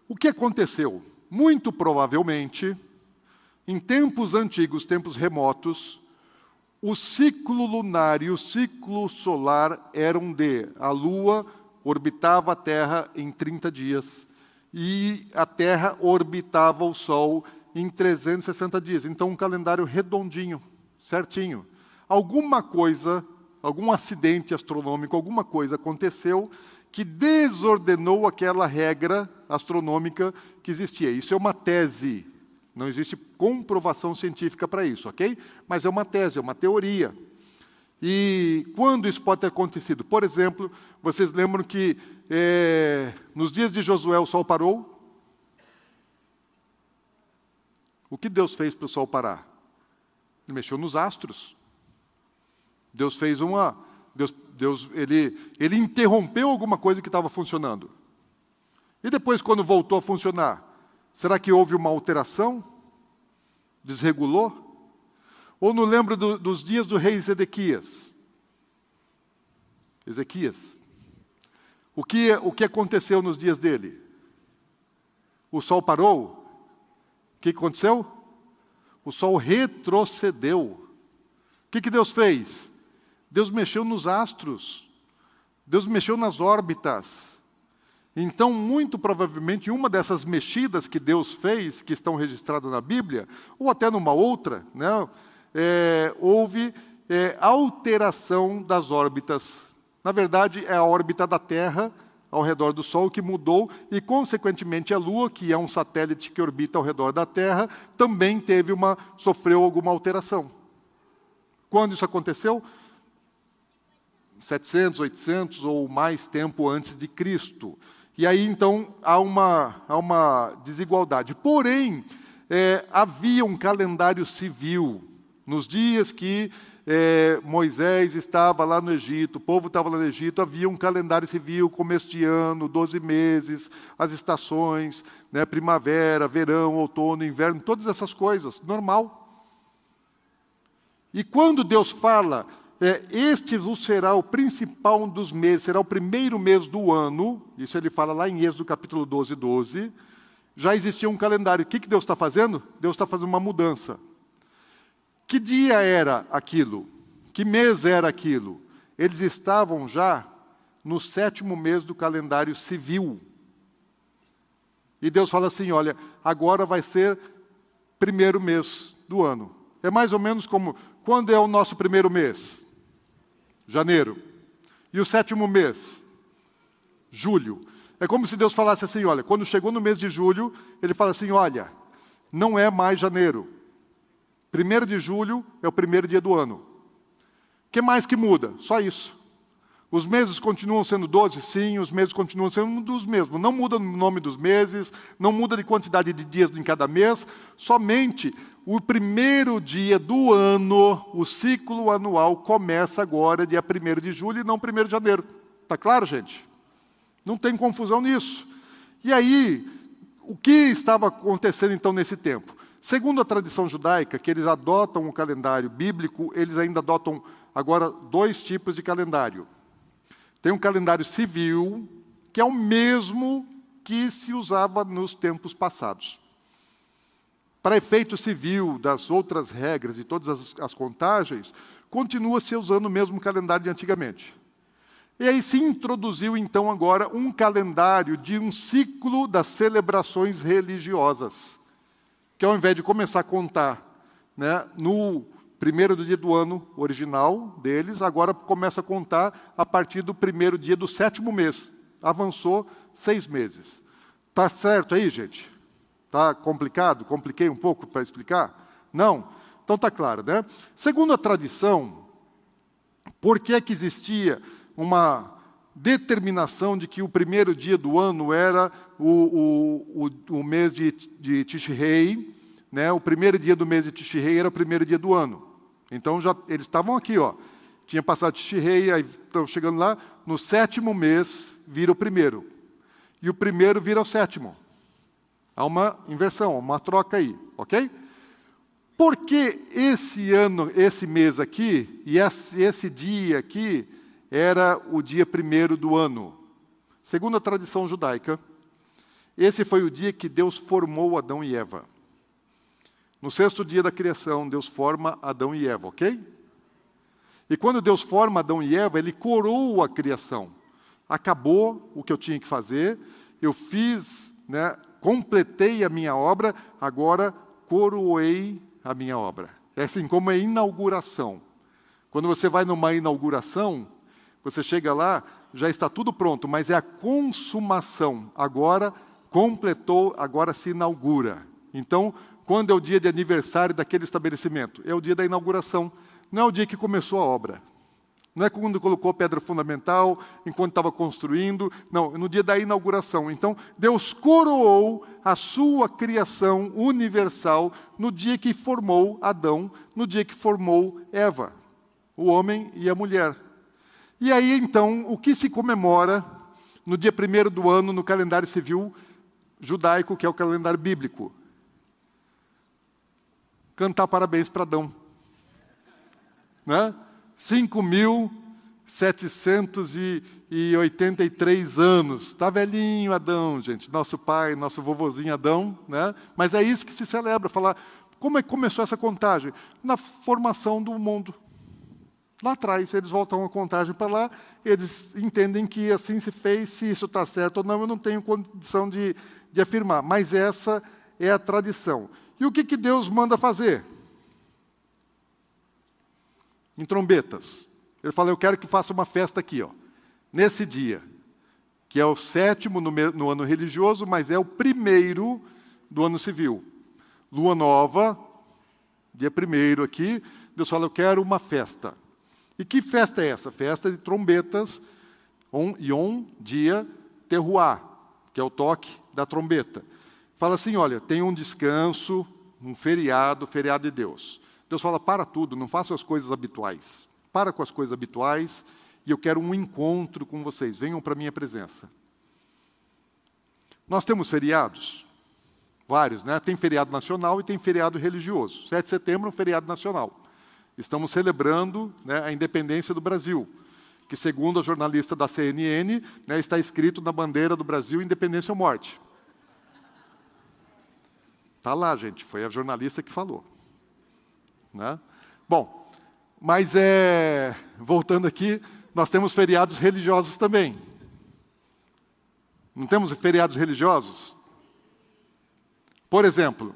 O que aconteceu? Muito provavelmente, em tempos antigos, tempos remotos, o ciclo lunar e o ciclo solar eram a Lua orbitava a Terra em 30 dias e a Terra orbitava o Sol em 360 dias. Então, um calendário redondinho, certinho. Alguma coisa, algum acidente astronômico, alguma coisa aconteceu que desordenou aquela regra astronômica que existia. Isso é uma tese. Não existe comprovação científica para isso, ok? Mas é uma tese, é uma teoria. E quando isso pode ter acontecido? Por exemplo, vocês lembram que nos dias de Josué o sol parou? O que Deus fez para o sol parar? Ele mexeu nos astros. Deus fez ele interrompeu alguma coisa que estava funcionando. E depois, quando voltou a funcionar, será que houve uma alteração? Desregulou? Ou não lembro dos dias do rei Ezequias? O que aconteceu nos dias dele? O sol parou? O que aconteceu? O sol retrocedeu. O que Deus fez? Deus mexeu nos astros. Deus mexeu nas órbitas. Então, muito provavelmente, uma dessas mexidas que Deus fez, que estão registradas na Bíblia, ou até numa outra, né, houve alteração das órbitas. Na verdade, é a órbita da Terra ao redor do Sol que mudou, e, consequentemente, a Lua, que é um satélite que orbita ao redor da Terra, também sofreu alguma alteração. Quando isso aconteceu? 700, 800 ou mais tempo antes de Cristo. E aí, então, há uma desigualdade. Porém, havia um calendário civil. Nos dias que Moisés estava lá no Egito, o povo estava lá no Egito, havia um calendário civil, começo de ano, 12 meses, as estações, né, primavera, verão, outono, inverno, todas essas coisas, normal. E quando Deus fala, este vos será o principal dos meses, será o primeiro mês do ano, isso ele fala lá em Êxodo capítulo 12, 12, já existia um calendário. O que Deus está fazendo? Deus está fazendo uma mudança. Que dia era aquilo? Que mês era aquilo? Eles estavam já no 7º mês do calendário civil. E Deus fala assim, olha, agora vai ser primeiro mês do ano. É mais ou menos como, quando é o nosso primeiro mês? Janeiro. E o 7º mês? Julho. É como se Deus falasse assim, olha, quando chegou no mês de julho, ele fala assim, olha, não é mais janeiro. 1º de julho é o primeiro dia do ano. O que mais que muda? Só isso. Os meses continuam sendo 12? Sim, os meses continuam sendo os mesmos. Não muda o nome dos meses, não muda de quantidade de dias em cada mês, somente o primeiro dia do ano, o ciclo anual, começa agora, dia 1º de julho, e não 1º de janeiro. Está claro, gente? Não tem confusão nisso. E aí, o que estava acontecendo então nesse tempo? Segundo a tradição judaica, que eles adotam o calendário bíblico, eles ainda adotam agora 2 tipos de calendário. Tem um calendário civil, que é o mesmo que se usava nos tempos passados. Para efeito civil, das outras regras e todas as contagens, continua se usando o mesmo calendário de antigamente. E aí se introduziu, então, agora um calendário de um ciclo das celebrações religiosas, que ao invés de começar a contar, né, no primeiro do dia do ano original deles, agora começa a contar a partir do primeiro dia do 7º mês. Avançou 6 meses. Está certo aí, gente? Está complicado? Compliquei um pouco para explicar? Não? Então está claro, né? Segundo a tradição, por que existia uma determinação de que o primeiro dia do ano era o mês de Tishrei, né? O primeiro dia do mês de Tishrei era o primeiro dia do ano. Então, eles estavam aqui, ó. Tinha passado Tishrei, aí estão chegando lá, no 7º mês vira o primeiro. E o primeiro vira o 7º. Há uma inversão, uma troca aí, ok? Por que esse mês aqui, e esse dia aqui, era o dia 1º do ano? Segundo a tradição judaica, esse foi o dia que Deus formou Adão e Eva. No sexto dia da criação, Deus forma Adão e Eva, ok? E quando Deus forma Adão e Eva, Ele coroa a criação. Acabou o que eu tinha que fazer, eu fiz, né, completei a minha obra, agora coroei a minha obra. É assim como é inauguração. Quando você vai numa inauguração, você chega lá, já está tudo pronto, mas é a consumação. Agora completou, agora se inaugura. Então, quando é o dia de aniversário daquele estabelecimento? É o dia da inauguração. Não é o dia que começou a obra. Não é quando colocou pedra fundamental, enquanto estava construindo. Não, é no dia da inauguração. Então, Deus coroou a sua criação universal no dia que formou Adão, no dia que formou Eva, o homem e a mulher. E aí, então, o que se comemora no dia 1º do ano no calendário civil judaico, que é o calendário bíblico? Cantar parabéns para Adão. Né? 5.783 anos. Está velhinho Adão, gente. Nosso pai, nosso vovozinho Adão. Né? Mas é isso que se celebra. Falar, como é que começou essa contagem? Na formação do mundo. Lá atrás, eles voltam a contagem para lá, eles entendem que assim se fez, se isso está certo ou não, eu não tenho condição de afirmar. Mas essa é a tradição. E o que Deus manda fazer? Em trombetas. Ele fala, eu quero que faça uma festa aqui, ó, nesse dia, que é o 7º no ano religioso, mas é o 1º do ano civil. Lua nova, dia 1º aqui, Deus fala, eu quero uma festa. E que festa é essa? Festa de trombetas, Yom, dia, Teruá, que é o toque da trombeta. Fala assim, olha, tem um descanso, um feriado de Deus. Deus fala, para tudo, não faça as coisas habituais. Para com as coisas habituais e eu quero um encontro com vocês. Venham para a minha presença. Nós temos feriados, vários, né? Tem feriado nacional e tem feriado religioso. 7 de setembro é um feriado nacional. Estamos celebrando, né, a independência do Brasil, que, segundo a jornalista da CNN, né, está escrito na bandeira do Brasil, independência ou morte. Está lá, gente, foi a jornalista que falou. Né? Bom, mas voltando aqui, nós temos feriados religiosos também. Não temos feriados religiosos? Por exemplo,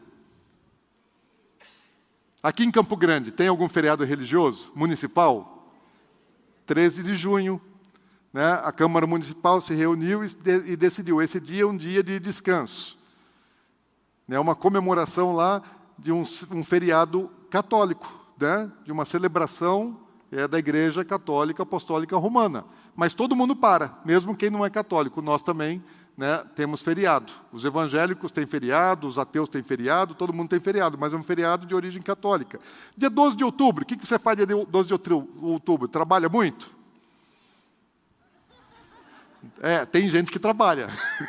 aqui em Campo Grande, tem algum feriado religioso, municipal? 13 de junho, né, a Câmara Municipal se reuniu e decidiu, esse dia é um dia de descanso. É uma comemoração lá de um feriado católico, né, de uma celebração da Igreja Católica Apostólica Romana. Mas todo mundo para, mesmo quem não é católico. Nós também, né, temos feriado. Os evangélicos têm feriado, os ateus têm feriado, todo mundo tem feriado, mas é um feriado de origem católica. Dia 12 de outubro, o que você faz dia 12 de outubro? Trabalha muito? Tem gente que trabalha.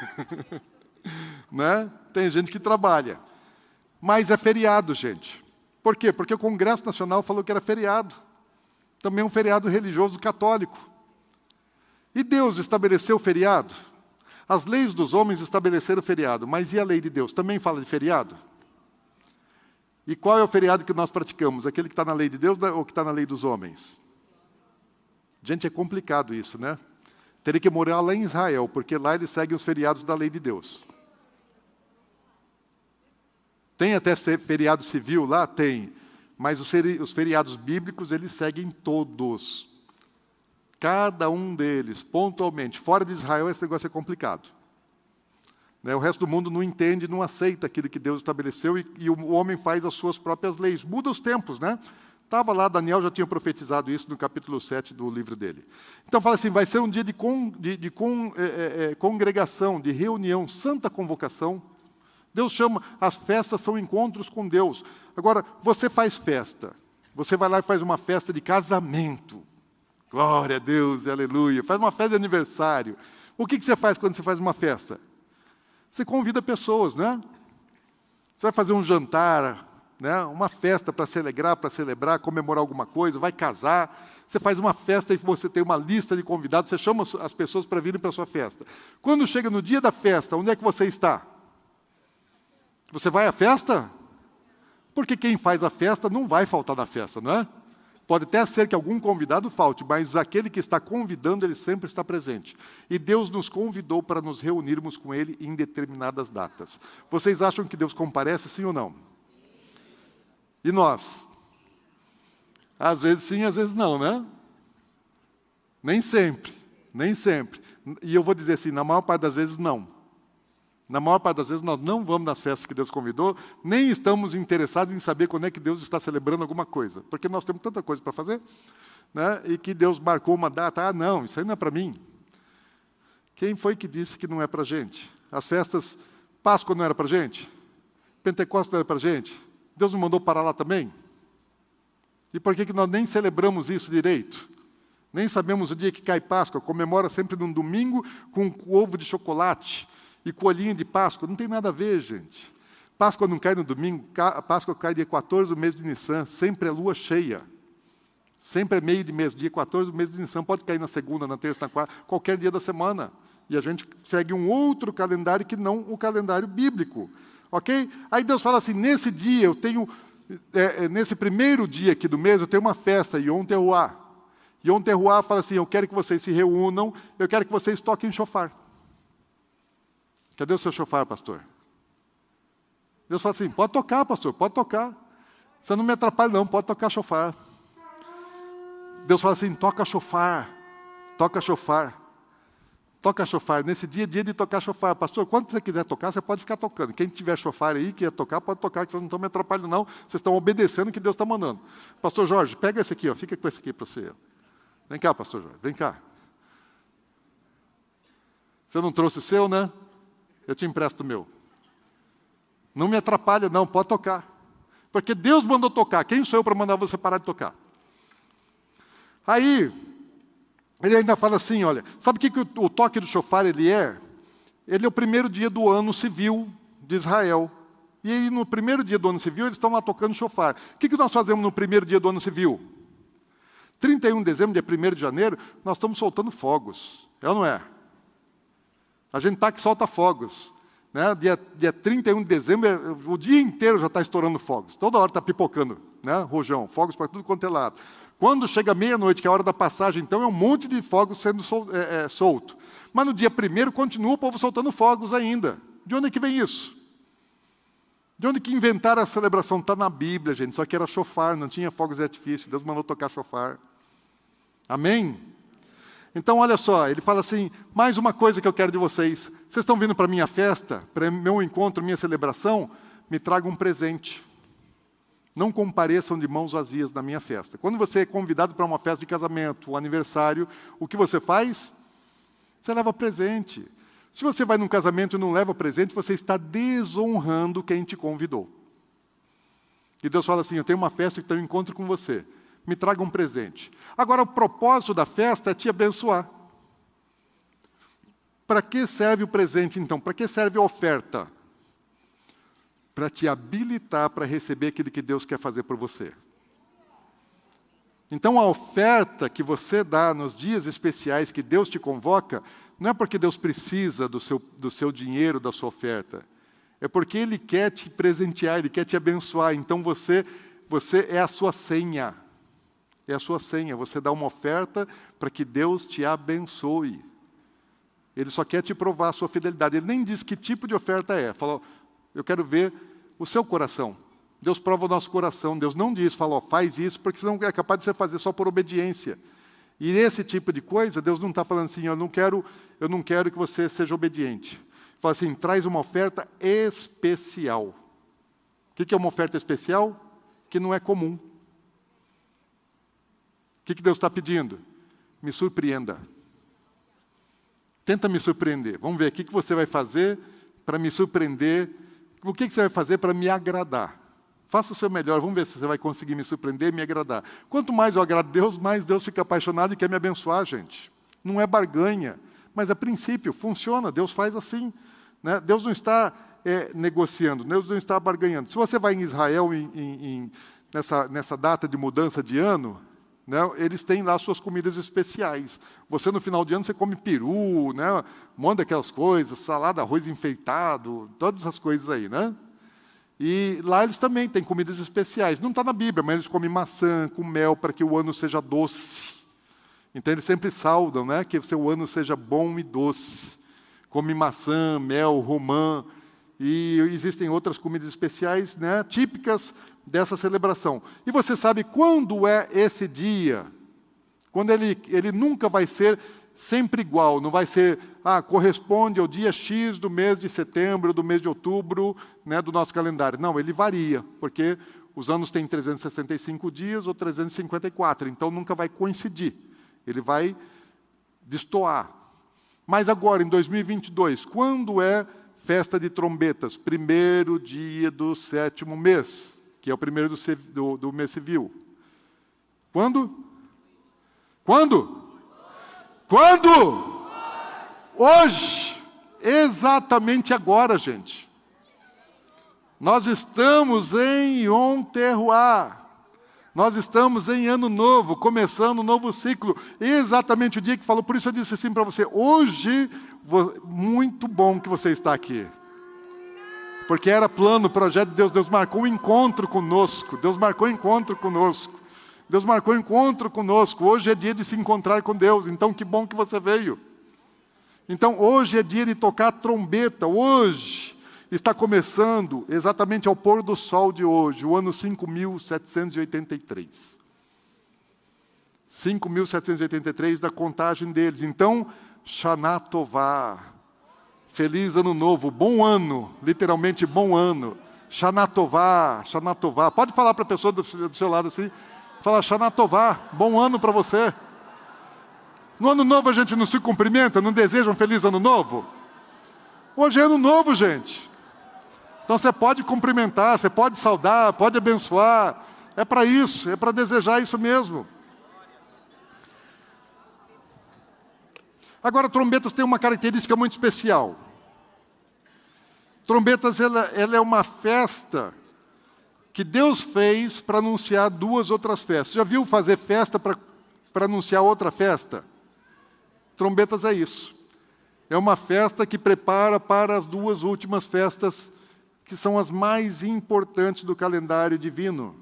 Né? Tem gente que trabalha. Mas é feriado, gente. Por quê? Porque o Congresso Nacional falou que era feriado. Também é um feriado religioso católico. E Deus estabeleceu o feriado? As leis dos homens estabeleceram o feriado, mas e a lei de Deus? Também fala de feriado? E qual é o feriado que nós praticamos? Aquele que está na lei de Deus ou que está na lei dos homens? Gente, é complicado isso, né? Teria que morar lá em Israel, porque lá eles seguem os feriados da lei de Deus. Tem até feriado civil lá? Tem. Mas os feriados bíblicos, eles seguem todos. Cada um deles, pontualmente. Fora de Israel, esse negócio é complicado. Né? O resto do mundo não entende, não aceita aquilo que Deus estabeleceu e o homem faz as suas próprias leis. Muda os tempos, né? Estava lá, Daniel já tinha profetizado isso no capítulo 7 do livro dele. Então, fala assim, vai ser um dia de congregação, de reunião, santa convocação. Deus chama, as festas são encontros com Deus. Agora, você faz festa. Você vai lá e faz uma festa de casamento. Glória a Deus, aleluia. Faz uma festa de aniversário. O que você faz quando você faz uma festa? Você convida pessoas, né? Você vai fazer um jantar né? Uma festa para celebrar, comemorar alguma coisa, vai casar, você faz uma festa e você tem uma lista de convidados, você chama as pessoas para virem para a sua festa. Quando chega no dia da festa, onde é que você está? Você vai à festa? Porque quem faz a festa não vai faltar na festa, não é? Pode até ser que algum convidado falte, mas aquele que está convidando, ele sempre está presente. E Deus nos convidou para nos reunirmos com Ele em determinadas datas. Vocês acham que Deus comparece, sim ou não? E nós? Às vezes sim, às vezes não, né? Nem sempre, nem sempre. E eu vou dizer assim, na maior parte das vezes, não. Na maior parte das vezes, nós não vamos nas festas que Deus convidou, nem estamos interessados em saber quando é que Deus está celebrando alguma coisa, porque nós temos tanta coisa para fazer, né? E que Deus marcou uma data, não, isso aí não é para mim. Quem foi que disse que não é para a gente? As festas, Páscoa não era para a gente? Pentecostes não era para a gente? Deus nos mandou parar lá também? E por que nós nem celebramos isso direito? Nem sabemos o dia que cai Páscoa, comemora sempre num domingo com ovo de chocolate, e coelhinho de Páscoa, não tem nada a ver, gente. Páscoa não cai no domingo, Páscoa cai dia 14 do mês de Nissan, sempre é lua cheia. Sempre é meio de mês, dia 14 do mês de Nissan, pode cair na segunda, na terça, na quarta, qualquer dia da semana. E a gente segue um outro calendário que não o calendário bíblico. Ok? Aí Deus fala assim, nesse dia eu tenho, nesse primeiro dia aqui do mês, eu tenho uma festa, Yom Teruah. Yom Teruah fala assim, eu quero que vocês se reúnam, eu quero que vocês toquem shofar. Cadê o seu shofar, pastor? Deus fala assim, pode tocar, pastor, pode tocar. Você não me atrapalha, não, pode tocar shofar. Deus fala assim, toca shofar, toca shofar, toca shofar. Nesse dia é dia de tocar shofar. Pastor, quando você quiser tocar, você pode ficar tocando. Quem tiver shofar aí, que quer tocar, pode tocar, que vocês não estão me atrapalhando, não. Vocês estão obedecendo o que Deus está mandando. Pastor Jorge, pega esse aqui, ó, fica com esse aqui para você. Vem cá, pastor Jorge, vem cá. Você não trouxe o seu, né? Eu te empresto o meu. Não me atrapalha, não, pode tocar. Porque Deus mandou tocar. Quem sou eu para mandar você parar de tocar? Aí, ele ainda fala assim, olha, sabe o que o toque do shofar ele é? Ele é o primeiro dia do ano civil de Israel. E aí, no primeiro dia do ano civil, eles estão lá tocando shofar. O que nós fazemos no primeiro dia do ano civil? 31 de dezembro, dia 1º de janeiro, nós estamos soltando fogos. É ou não é? A gente está que solta fogos. Né? Dia 31 de dezembro, o dia inteiro já está estourando fogos. Toda hora está pipocando, né? Rojão, fogos para tudo quanto é lado. Quando chega meia-noite, que é a hora da passagem, então é um monte de fogos sendo solto. Mas no dia 1º continua o povo soltando fogos ainda. De onde é que vem isso? De onde que inventaram a celebração? Está na Bíblia, gente. Só que era shofar, não tinha fogos de artifício. Deus mandou tocar shofar. Amém? Então, olha só, ele fala assim, mais uma coisa que eu quero de vocês. Vocês estão vindo para a minha festa, para meu encontro, minha celebração? Me tragam um presente. Não compareçam de mãos vazias na minha festa. Quando você é convidado para uma festa de casamento, um aniversário, o que você faz? Você leva presente. Se você vai num casamento e não leva presente, você está desonrando quem te convidou. E Deus fala assim, eu tenho uma festa que tem um encontro com você. Me traga um presente. Agora, o propósito da festa é te abençoar. Para que serve o presente, então? Para que serve a oferta? Para te habilitar para receber aquilo que Deus quer fazer por você. Então, a oferta que você dá nos dias especiais que Deus te convoca, não é porque Deus precisa do seu dinheiro, da sua oferta. É porque Ele quer te presentear, Ele quer te abençoar. Então, você é a sua senha. É a sua senha. Você dá uma oferta para que Deus te abençoe. Ele só quer te provar a sua fidelidade. Ele nem diz que tipo de oferta é. Falou, eu quero ver o seu coração. Deus prova o nosso coração. Deus não diz, fala, faz isso, porque senão é capaz de você fazer só por obediência. E esse tipo de coisa, Deus não está falando assim, eu não quero que você seja obediente. Fala assim, traz uma oferta especial. O que é uma oferta especial? Que não é comum. O que Deus está pedindo? Me surpreenda. Tenta me surpreender. Vamos ver o que você vai fazer para me surpreender. O que você vai fazer para me agradar? Faça o seu melhor. Vamos ver se você vai conseguir me surpreender e me agradar. Quanto mais eu agrado a Deus, mais Deus fica apaixonado e quer me abençoar, gente. Não é barganha, mas a princípio funciona. Deus faz assim. Né? Deus não está negociando, Deus não está barganhando. Se você vai em Israel nessa data de mudança de ano, né, eles têm lá suas comidas especiais. Você, no final de ano, você come peru, né, um monte daquelas coisas, salada, arroz enfeitado, todas essas coisas aí, né? E lá eles também têm comidas especiais. Não está na Bíblia, mas eles comem maçã com mel para que o ano seja doce. Então eles sempre saudam, né, que o seu ano seja bom e doce. Come maçã, mel, romã. E existem outras comidas especiais, né, típicas dessa celebração. E você sabe quando é esse dia? Quando ele nunca vai ser sempre igual, não vai ser, corresponde ao dia X do mês de setembro, do mês de outubro, né, do nosso calendário. Não, ele varia, porque os anos têm 365 dias ou 354, então nunca vai coincidir. Ele vai destoar. Mas agora, em 2022, quando é festa de trombetas? 1º dia do 7º mês, que é o primeiro do mês civil. Quando? Quando? Quando? Hoje. Exatamente agora, gente. Nós estamos em Yom Teruah. Nós estamos em ano novo, começando um novo ciclo. Exatamente o dia que falou, por isso eu disse assim para você, hoje, muito bom que você está aqui. Porque era plano, projeto de Deus. Deus marcou um encontro conosco. Deus marcou um encontro conosco. Deus marcou um encontro conosco. Hoje é dia de se encontrar com Deus. Então, que bom que você veio. Então, hoje é dia de tocar trombeta. Hoje está começando, exatamente ao pôr do sol de hoje, o ano 5.783. 5.783 da contagem deles. Então, Shana Tová. Feliz ano novo, bom ano, literalmente bom ano. Shana Tová, Shana Tová. Pode falar para a pessoa do seu lado assim, fala Shana Tová, bom ano para você. No ano novo a gente não se cumprimenta, não deseja um feliz ano novo? Hoje é ano novo, gente. Então você pode cumprimentar, você pode saudar, pode abençoar. É para isso, é para desejar isso mesmo. Agora, trombetas tem uma característica muito especial. Trombetas, ela é uma festa que Deus fez para anunciar 2 outras festas. Já viu fazer festa para anunciar outra festa? Trombetas é isso. É uma festa que prepara para as 2 últimas festas, que são as mais importantes do calendário divino.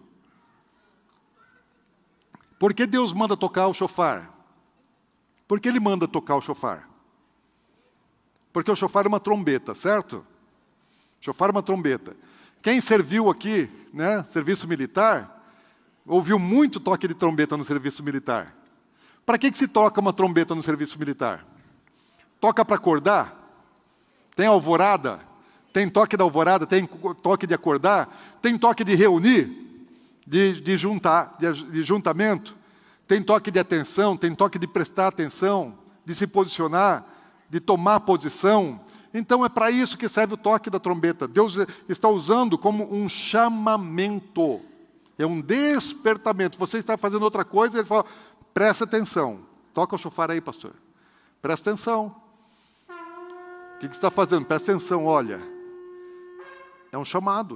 Por que Deus manda tocar o shofar? Por que Ele manda tocar o shofar? Porque o shofar é uma trombeta, certo? Shofar é uma trombeta. Quem serviu aqui, né, serviço militar, ouviu muito toque de trombeta no serviço militar. Para que se toca uma trombeta no serviço militar? Toca para acordar? Tem alvorada? Tem toque da alvorada? Tem toque de acordar? Tem toque de reunir? De juntamento? Tem toque de atenção? Tem toque de prestar atenção? De se posicionar? De tomar posição? Então é para isso que serve o toque da trombeta. Deus está usando como um chamamento. É um despertamento. Você está fazendo outra coisa, Ele fala, presta atenção. Toca o shofar aí, pastor. Presta atenção. O que você está fazendo? Presta atenção, olha. É um chamado.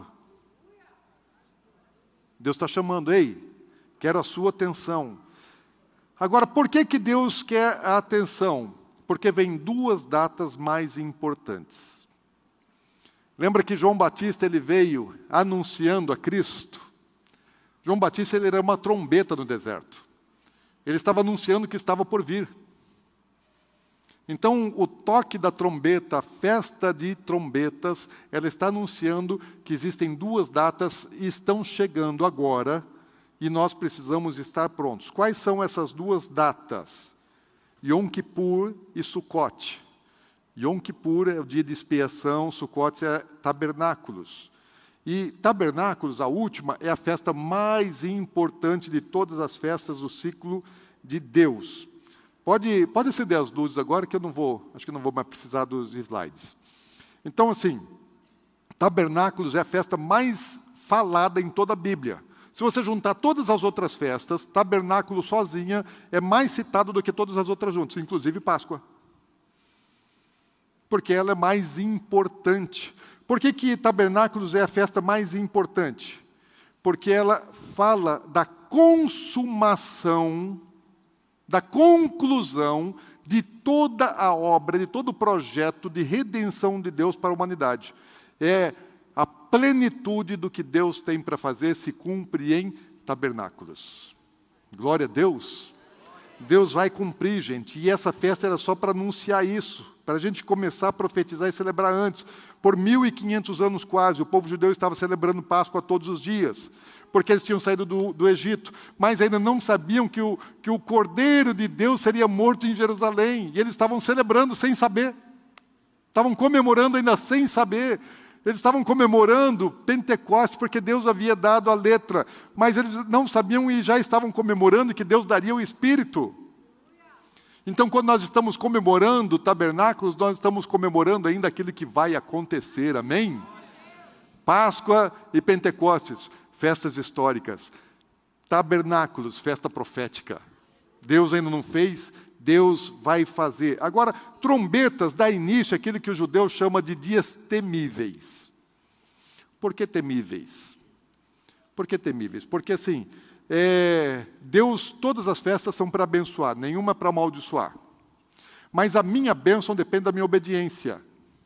Deus está chamando, ei, quero a sua atenção. Agora, por que Deus quer a atenção? Porque vem 2 datas mais importantes. Lembra que João Batista ele veio anunciando a Cristo? João Batista ele era uma trombeta no deserto. Ele estava anunciando que estava por vir. Então, o toque da trombeta, a festa de trombetas, ela está anunciando que existem 2 datas e estão chegando agora e nós precisamos estar prontos. Quais são essas 2 datas? Yom Kippur e Sukkot. Yom Kippur é o dia de expiação, Sukkot é tabernáculos. E tabernáculos, a última, é a festa mais importante de todas as festas do ciclo de Deus. Pode acender as luzes agora, que acho que não vou mais precisar dos slides. Então, assim, tabernáculos é a festa mais falada em toda a Bíblia. Se você juntar todas as outras festas, tabernáculo sozinha é mais citado do que todas as outras juntas, inclusive Páscoa. Porque ela é mais importante. Por que Tabernáculos é a festa mais importante? Porque ela fala da consumação, da conclusão de toda a obra, de todo o projeto de redenção de Deus para a humanidade. É a plenitude do que Deus tem para fazer se cumpre em tabernáculos. Glória a Deus. Deus vai cumprir, gente. E essa festa era só para anunciar isso, para a gente começar a profetizar e celebrar antes. Por 1.500 anos quase, o povo judeu estava celebrando Páscoa todos os dias, porque eles tinham saído do Egito, mas ainda não sabiam que o Cordeiro de Deus seria morto em Jerusalém. E eles estavam celebrando sem saber. Estavam comemorando ainda sem saber. Eles estavam comemorando Pentecostes porque Deus havia dado a letra, mas eles não sabiam e já estavam comemorando que Deus daria o Espírito. Então, quando nós estamos comemorando tabernáculos, nós estamos comemorando ainda aquilo que vai acontecer, amém? Páscoa e Pentecostes, festas históricas. Tabernáculos, festa profética. Deus ainda não fez, Deus vai fazer. Agora, trombetas dá início àquilo que o judeu chama de dias temíveis. Por que temíveis? Por que temíveis? Porque assim, Deus, todas as festas são para abençoar, nenhuma para amaldiçoar. Mas a minha bênção depende da minha obediência.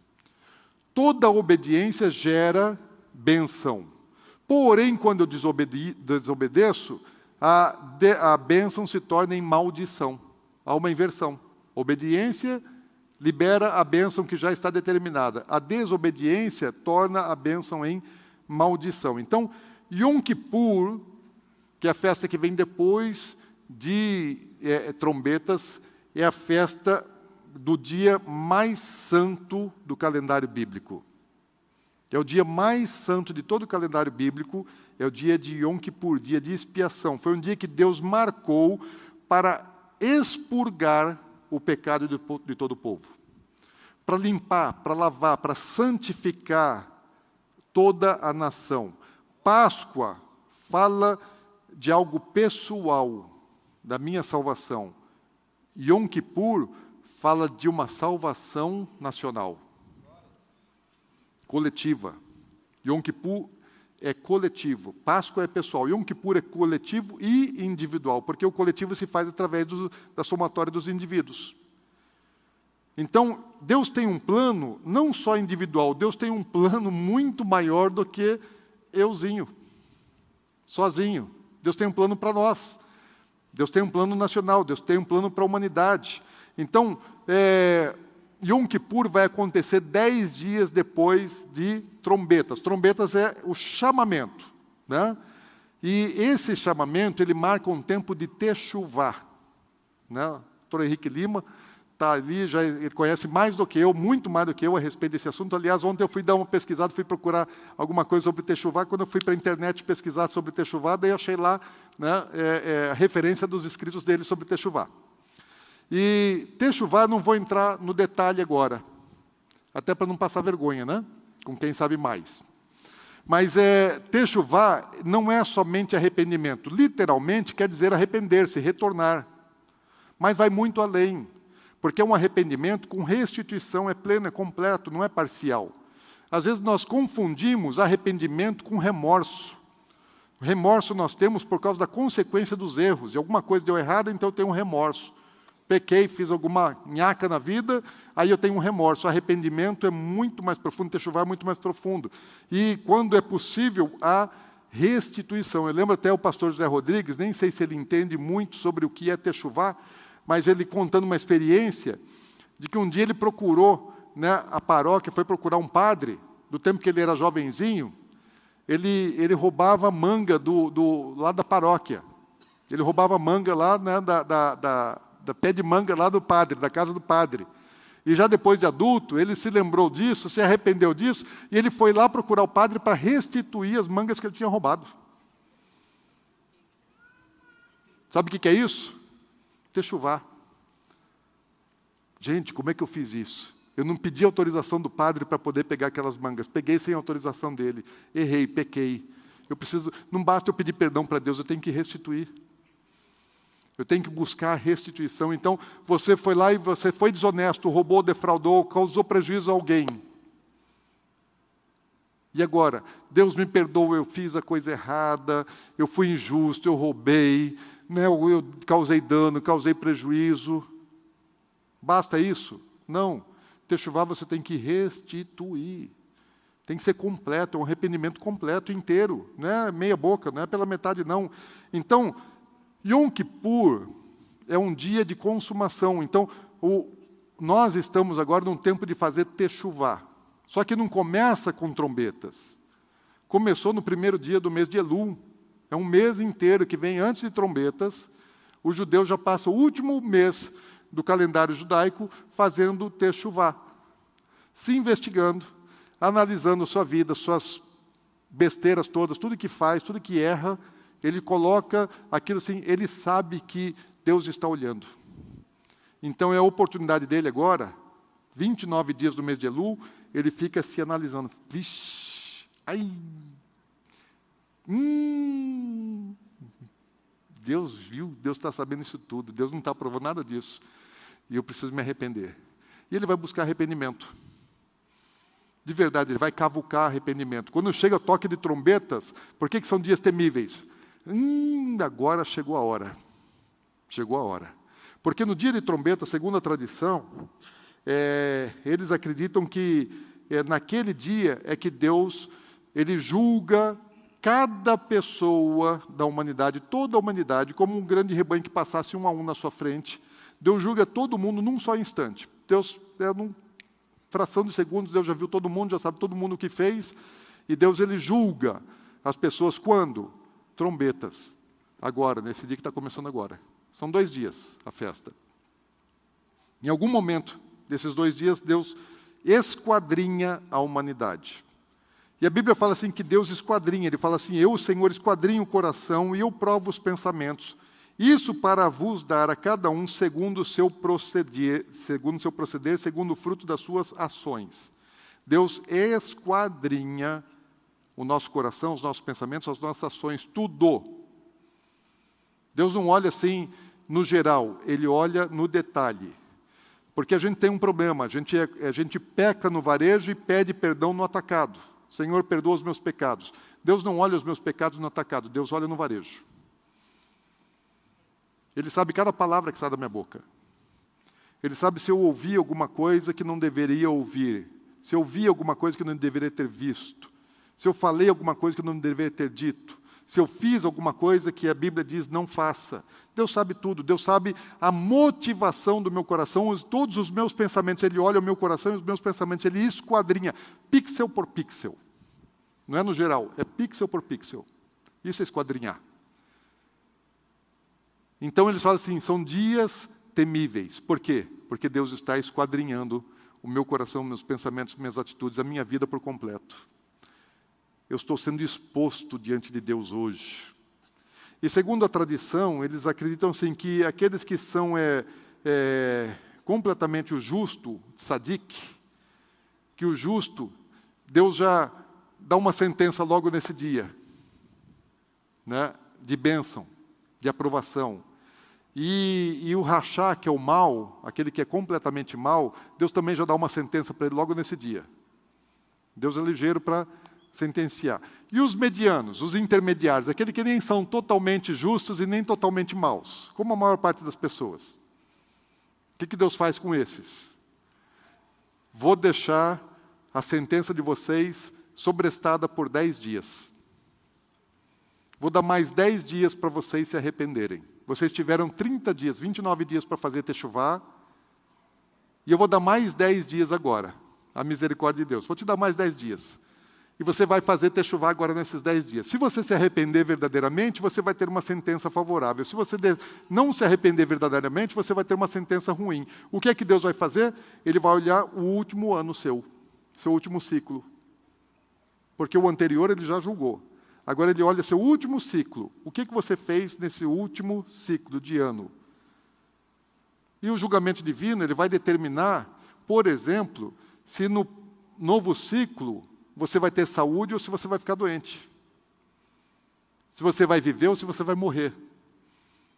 Toda obediência gera bênção. Porém, quando eu desobedeço, a bênção se torna em maldição. Há uma inversão. Obediência libera a bênção que já está determinada. A desobediência torna a bênção em maldição. Então, Yom Kippur, que é a festa que vem depois de trombetas, é a festa do dia mais santo do calendário bíblico. É o dia mais santo de todo o calendário bíblico, é o dia de Yom Kippur, dia de expiação. Foi um dia que Deus marcou para expurgar o pecado de todo o povo. Para limpar, para lavar, para santificar toda a nação. Páscoa fala de algo pessoal, da minha salvação. Yom Kippur fala de uma salvação nacional. Coletiva. Yom Kippur é coletivo. Páscoa é pessoal. Yom Kippur é coletivo e individual, porque o coletivo se faz através da somatória dos indivíduos. Então, Deus tem um plano, não só individual, Deus tem um plano muito maior do que euzinho, sozinho. Deus tem um plano para nós. Deus tem um plano nacional, Deus tem um plano para a humanidade. Então, Yom Kippur vai acontecer 10 dias depois de trombetas. Trombetas é o chamamento, né? E esse chamamento, ele marca um tempo de Techuvá, né? O doutor Henrique Lima está ali, ele conhece mais do que eu, muito mais do que eu a respeito desse assunto. Aliás, ontem eu fui dar uma pesquisada, fui procurar alguma coisa sobre Techuvá. Quando eu fui para a internet pesquisar sobre Techuvá, daí eu achei lá, né, a referência dos escritos dele sobre Techuvá. E Techuvá, não vou entrar no detalhe agora, até para não passar vergonha, né? Com quem sabe mais. Mas Techuvá não é somente arrependimento. Literalmente quer dizer arrepender-se, retornar. Mas vai muito além, porque é um arrependimento com restituição, é pleno, é completo, não é parcial. Às vezes nós confundimos arrependimento com remorso. Remorso nós temos por causa da consequência dos erros. E alguma coisa deu errado, então eu tenho um remorso. Pequei, fiz alguma nhaca na vida, aí eu tenho um remorso. O arrependimento é muito mais profundo, Techuvá é muito mais profundo. E quando é possível, a restituição. Eu lembro até o pastor José Rodrigues, nem sei se ele entende muito sobre o que é Techuvá, mas ele contando uma experiência de que um dia ele procurou, né, a paróquia, foi procurar um padre, do tempo que ele era jovenzinho, ele roubava manga lá da paróquia. Ele roubava manga lá, né, da pé de manga lá do padre, da casa do padre. E já depois de adulto, ele se lembrou disso, se arrependeu disso, e ele foi lá procurar o padre para restituir as mangas que ele tinha roubado. Sabe o que é isso? Techuvá. Gente, como é que eu fiz isso? Eu não pedi autorização do padre para poder pegar aquelas mangas. Peguei sem autorização dele. Errei, pequei. Não basta eu pedir perdão para Deus, eu tenho que restituir. Eu tenho que buscar a restituição. Então, você foi lá e você foi desonesto, roubou, defraudou, causou prejuízo a alguém. E agora? Deus me perdoa, eu fiz a coisa errada, eu fui injusto, eu roubei, né, eu causei dano, causei prejuízo. Basta isso? Não. Techuvá você tem que restituir. Tem que ser completo, é um arrependimento completo, inteiro. Não é meia boca, não é pela metade, não. Então, Yom Kippur é um dia de consumação. Então, nós estamos agora num tempo de fazer Techuvá. Só que não começa com trombetas. Começou no primeiro dia do mês de Elul. É um mês inteiro que vem antes de trombetas. O judeu já passa o último mês do calendário judaico fazendo Techuvá. Se investigando, analisando sua vida, suas besteiras todas, tudo que faz, tudo que erra, ele coloca aquilo assim, ele sabe que Deus está olhando. Então é a oportunidade dele agora, 29 dias do mês de Elul, ele fica se analisando. Vixe, ai, Deus viu, Deus está sabendo isso tudo, Deus não está provando nada disso, e eu preciso me arrepender. E ele vai buscar arrependimento. De verdade, ele vai cavucar arrependimento. Quando chega o toque de trombetas, por que são dias temíveis? Agora chegou a hora. Chegou a hora. Porque no dia de trombeta, segundo a tradição, eles acreditam que naquele dia é que Deus ele julga cada pessoa da humanidade, toda a humanidade, como um grande rebanho que passasse um a um na sua frente. Deus julga todo mundo num só instante. Deus, num fração de segundos, Deus já viu todo mundo, já sabe todo mundo o que fez, e Deus ele julga as pessoas quando? Trombetas. Agora, nesse dia que está começando agora. São 2 dias a festa. Em algum momento desses 2 dias, Deus esquadrinha a humanidade. E a Bíblia fala assim que Deus esquadrinha, ele fala assim, eu, o Senhor, esquadrinho o coração e eu provo os pensamentos. Isso para vos dar a cada um segundo o seu proceder, segundo o fruto das suas ações. Deus esquadrinha o nosso coração, os nossos pensamentos, as nossas ações, tudo. Deus não olha assim no geral, ele olha no detalhe. Porque a gente tem um problema, a gente peca no varejo e pede perdão no atacado. Senhor, perdoa os meus pecados. Deus não olha os meus pecados no atacado, Deus olha no varejo. Ele sabe cada palavra que sai da minha boca. Ele sabe se eu ouvi alguma coisa que não deveria ouvir. Se eu vi alguma coisa que não deveria ter visto. Se eu falei alguma coisa que não deveria ter dito. Se eu fiz alguma coisa que a Bíblia diz não faça. Deus sabe tudo. Deus sabe a motivação do meu coração, todos os meus pensamentos. Ele olha o meu coração e os meus pensamentos. Ele esquadrinha, pixel por pixel. Não é no geral, é pixel por pixel. Isso é esquadrinhar. Então, eles falam assim, são dias temíveis. Por quê? Porque Deus está esquadrinhando o meu coração, meus pensamentos, minhas atitudes, a minha vida por completo. Eu estou sendo exposto diante de Deus hoje. E segundo a tradição, eles acreditam assim, que aqueles que são completamente o justo, tzadik, que o justo, Deus já dá uma sentença logo nesse dia, né, de bênção, de aprovação. E o rachá, que é o mal, aquele que é completamente mal, Deus também já dá uma sentença para ele logo nesse dia. Deus é ligeiro para sentenciar. E os medianos, os intermediários, aqueles que nem são totalmente justos e nem totalmente maus, como a maior parte das pessoas. O que Deus faz com esses? Vou deixar a sentença de vocês sobrestada por 10 dias. Vou dar mais 10 dias para vocês se arrependerem. Vocês tiveram 30 dias, 29 dias para fazer Techuvá, e eu vou dar mais 10 dias agora, a misericórdia de Deus. Vou te dar mais 10 dias. E você vai fazer Techuvá agora nesses 10 dias. Se você se arrepender verdadeiramente, você vai ter uma sentença favorável. Se você não se arrepender verdadeiramente, você vai ter uma sentença ruim. O que é que Deus vai fazer? Ele vai olhar o último ano seu último ciclo. Porque o anterior ele já julgou. Agora ele olha seu último ciclo. O que você fez nesse último ciclo de ano? E o julgamento divino ele vai determinar, por exemplo, se no novo ciclo você vai ter saúde ou se você vai ficar doente. Se você vai viver ou se você vai morrer.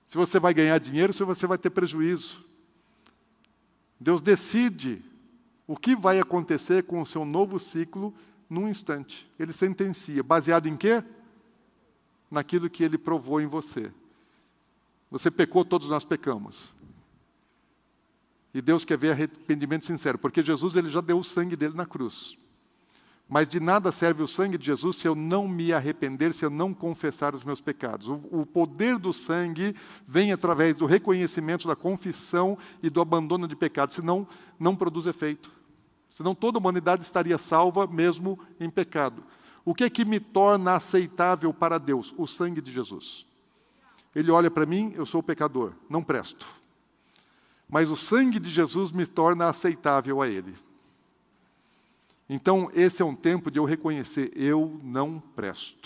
se você vai ganhar dinheiro, se você vai ter prejuízo. Deus decide o que vai acontecer com o seu novo ciclo num instante. Ele sentencia. Baseado em quê? Naquilo que Ele provou em você. Você pecou, todos nós pecamos. E Deus quer ver arrependimento sincero, porque Jesus ele já deu o sangue dele na cruz. Mas de nada serve o sangue de Jesus se eu não me arrepender, se eu não confessar os meus pecados. O poder do sangue vem através do reconhecimento, da confissão e do abandono de pecados, senão não produz efeito. Senão toda a humanidade estaria salva mesmo em pecado. O que é que me torna aceitável para Deus? O sangue de Jesus. Ele olha para mim, eu sou pecador, não presto. Mas o sangue de Jesus me torna aceitável a Ele. Então, esse é um tempo de eu reconhecer, eu não presto.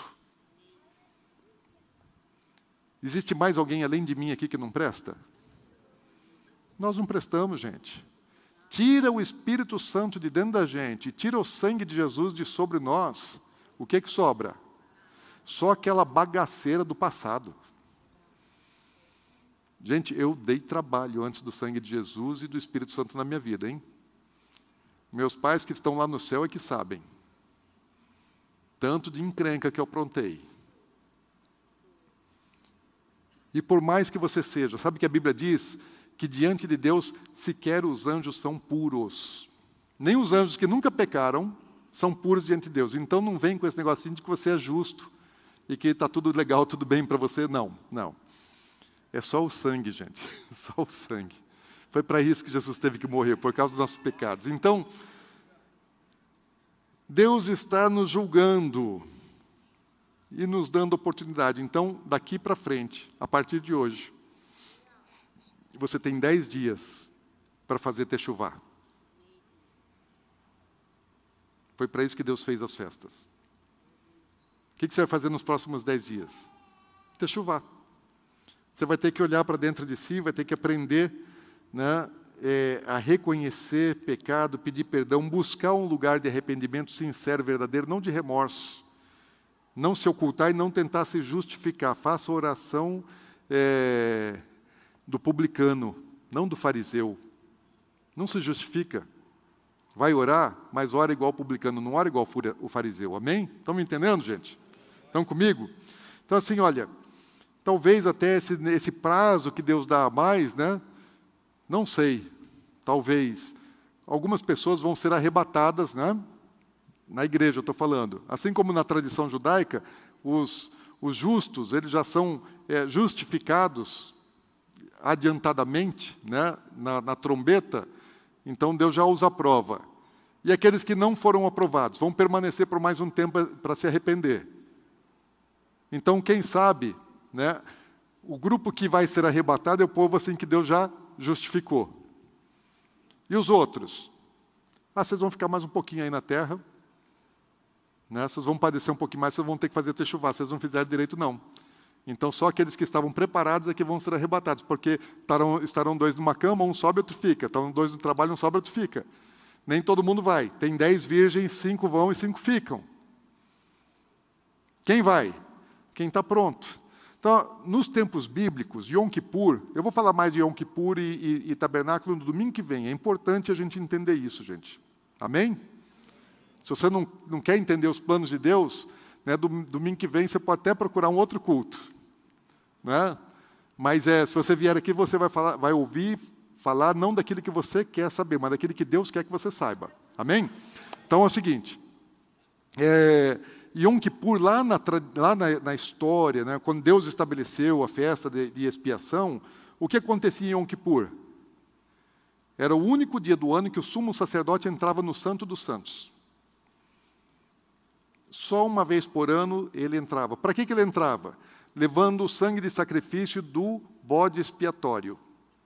Existe mais alguém além de mim aqui que não presta? Nós não prestamos, gente. Tira o Espírito Santo de dentro da gente, tira o sangue de Jesus de sobre nós, o que que sobra? Só aquela bagaceira do passado. Gente, eu dei trabalho antes do sangue de Jesus e do Espírito Santo na minha vida, hein? Meus pais que estão lá no céu é que sabem. Tanto de encrenca que eu aprontei. E por mais que você seja, sabe que a Bíblia diz que diante de Deus sequer os anjos são puros. Nem os anjos que nunca pecaram são puros diante de Deus. Então não vem com esse negocinho de que você é justo e que está tudo legal, tudo bem para você. Não, não. É só o sangue, gente. Só o sangue. Foi para isso que Jesus teve que morrer, por causa dos nossos pecados. Então, Deus está nos julgando e nos dando oportunidade. Então, daqui para frente, a partir de hoje, você tem 10 dias para fazer techuvá. Foi para isso que Deus fez as festas. O que você vai fazer nos próximos 10 dias? Techuvá. Você vai ter que olhar para dentro de si, vai ter que aprender, né, a reconhecer pecado, pedir perdão, buscar um lugar de arrependimento sincero, verdadeiro, não de remorso. Não se ocultar e não tentar se justificar. Faça a oração do publicano, não do fariseu. Não se justifica. Vai orar, mas ora igual o publicano, não ora igual o fariseu. Amém? Estão me entendendo, gente? Estão comigo? Então, assim, olha, talvez até esse prazo que Deus dá a mais, né? Não sei, talvez. Algumas pessoas vão ser arrebatadas, né? Na igreja, eu estou falando. Assim como na tradição judaica, os justos, eles já são justificados adiantadamente, né? Na trombeta. Então, Deus já os aprova. E aqueles que não foram aprovados vão permanecer por mais um tempo para se arrepender. Então, quem sabe, né, o grupo que vai ser arrebatado é o povo assim que Deus já justificou. E os outros? Vocês vão ficar mais um pouquinho aí na terra, né, vocês vão padecer um pouquinho mais, vocês vão ter que fazer techuvá, vocês não fizeram direito não. Então, só aqueles que estavam preparados é que vão ser arrebatados, porque estarão 2 numa cama, um sobe, outro fica. Estarão 2 no trabalho, um sobe, outro fica. Nem todo mundo vai. Tem 10 virgens, 5 vão e 5 ficam. Quem vai? Quem está pronto. Então, nos tempos bíblicos, Yom Kippur, eu vou falar mais de Yom Kippur e tabernáculo no domingo que vem. É importante a gente entender isso, gente. Amém? Se você não quer entender os planos de Deus, né, domingo que vem você pode até procurar um outro culto. Né? Mas se você vier aqui, você vai ouvir falar não daquilo que você quer saber, mas daquilo que Deus quer que você saiba. Amém? Então é o seguinte, Yom Kippur, lá na história, né, quando Deus estabeleceu a festa de expiação, o que acontecia em Yom Kippur? Era o único dia do ano que o sumo sacerdote entrava no Santo dos Santos. Só uma vez por ano ele entrava. Para que ele entrava? Levando o sangue de sacrifício do bode expiatório.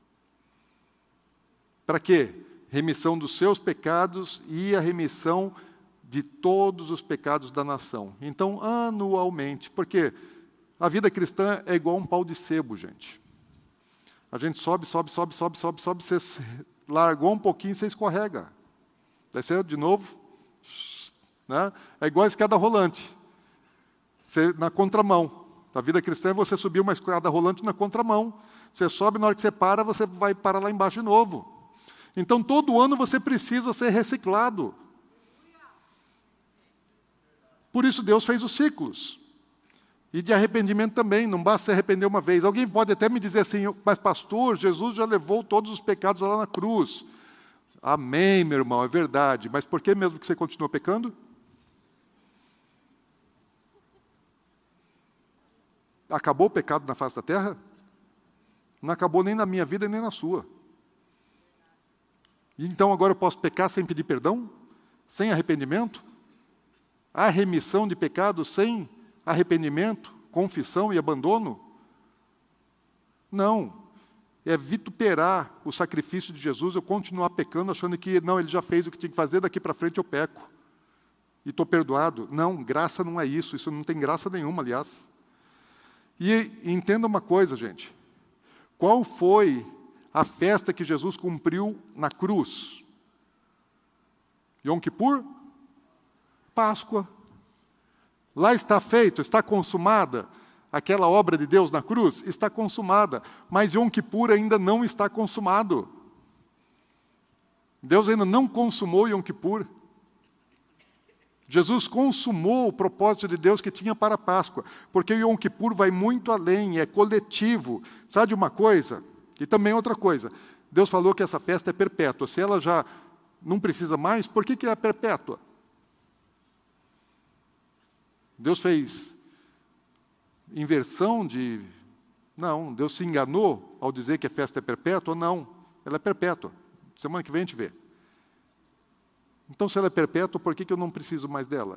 Para quê? Remissão dos seus pecados e a remissão de todos os pecados da nação. Então, anualmente, porque a vida cristã é igual um pau de sebo, gente. A gente sobe, você largou um pouquinho e você escorrega. Desceu de novo, né? É igual a escada rolante. Você, na contramão. A vida cristã é você subir uma escada rolante na contramão. Você sobe, na hora que você para, você vai parar lá embaixo de novo. Então, todo ano você precisa ser reciclado. Por isso Deus fez os ciclos. E de arrependimento também, não basta se arrepender uma vez. Alguém pode até me dizer assim, mas pastor, Jesus já levou todos os pecados lá na cruz. Amém, meu irmão, é verdade. Mas por que mesmo que você continua pecando? Acabou o pecado na face da terra? Não acabou nem na minha vida nem na sua. Então agora eu posso pecar sem pedir perdão? Sem arrependimento? Há remissão de pecado sem arrependimento, confissão e abandono? Não. É vituperar o sacrifício de Jesus, eu continuar pecando, achando que, não, ele já fez o que tinha que fazer, daqui para frente eu peco. E estou perdoado. Não, graça não é isso não tem graça nenhuma, aliás. E entenda uma coisa, gente. Qual foi a festa que Jesus cumpriu na cruz? Yom Kippur? Páscoa. Lá está feito, está consumada. Aquela obra de Deus na cruz está consumada. Mas Yom Kippur ainda não está consumado. Deus ainda não consumou Yom Kippur. Jesus consumou o propósito de Deus que tinha para a Páscoa, porque o Yom Kippur vai muito além, é coletivo. Sabe de uma coisa? E também outra coisa. Deus falou que essa festa é perpétua. Se ela já não precisa mais, por que é perpétua? Deus fez inversão de... Não, Deus se enganou ao dizer que a festa é perpétua? Não, ela é perpétua. Semana que vem a gente vê. Então, se ela é perpétua, por que eu não preciso mais dela?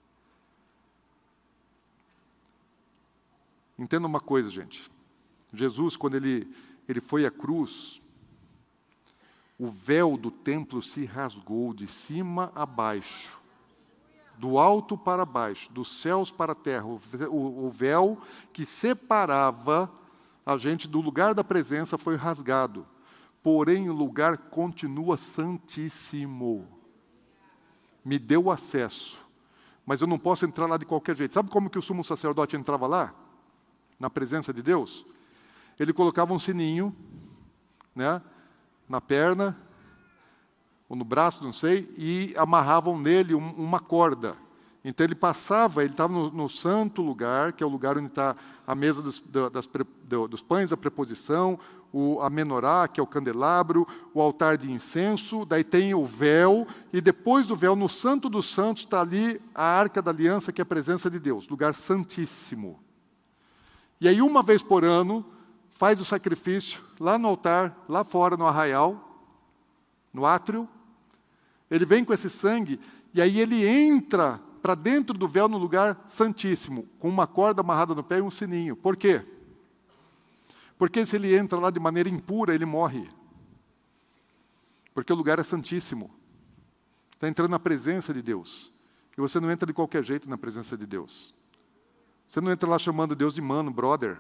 Entenda uma coisa, gente. Jesus, quando ele foi à cruz, o véu do templo se rasgou de cima a baixo, do alto para baixo, dos céus para a terra. O véu que separava a gente do lugar da presença foi rasgado. Porém, o lugar continua santíssimo. Me deu acesso, mas eu não posso entrar lá de qualquer jeito. Sabe como que o sumo sacerdote entrava lá? Na presença de Deus? Ele colocava um sininho, né, na perna, ou no braço, não sei, e amarravam nele uma corda. Então ele passava, ele estava no santo lugar, que é o lugar onde está a mesa dos pães, a preposição, a menorá, que é o candelabro, o altar de incenso, daí tem o véu, e depois do véu, no santo dos santos, está ali a arca da aliança, que é a presença de Deus, lugar santíssimo. E aí, uma vez por ano, faz o sacrifício lá no altar, lá fora no arraial, no átrio, ele vem com esse sangue, e aí ele entra para dentro do véu no lugar santíssimo, com uma corda amarrada no pé e um sininho. Por quê? Porque se ele entra lá de maneira impura, ele morre. Porque o lugar é santíssimo. Está entrando na presença de Deus. E você não entra de qualquer jeito na presença de Deus. Você não entra lá chamando Deus de mano, brother.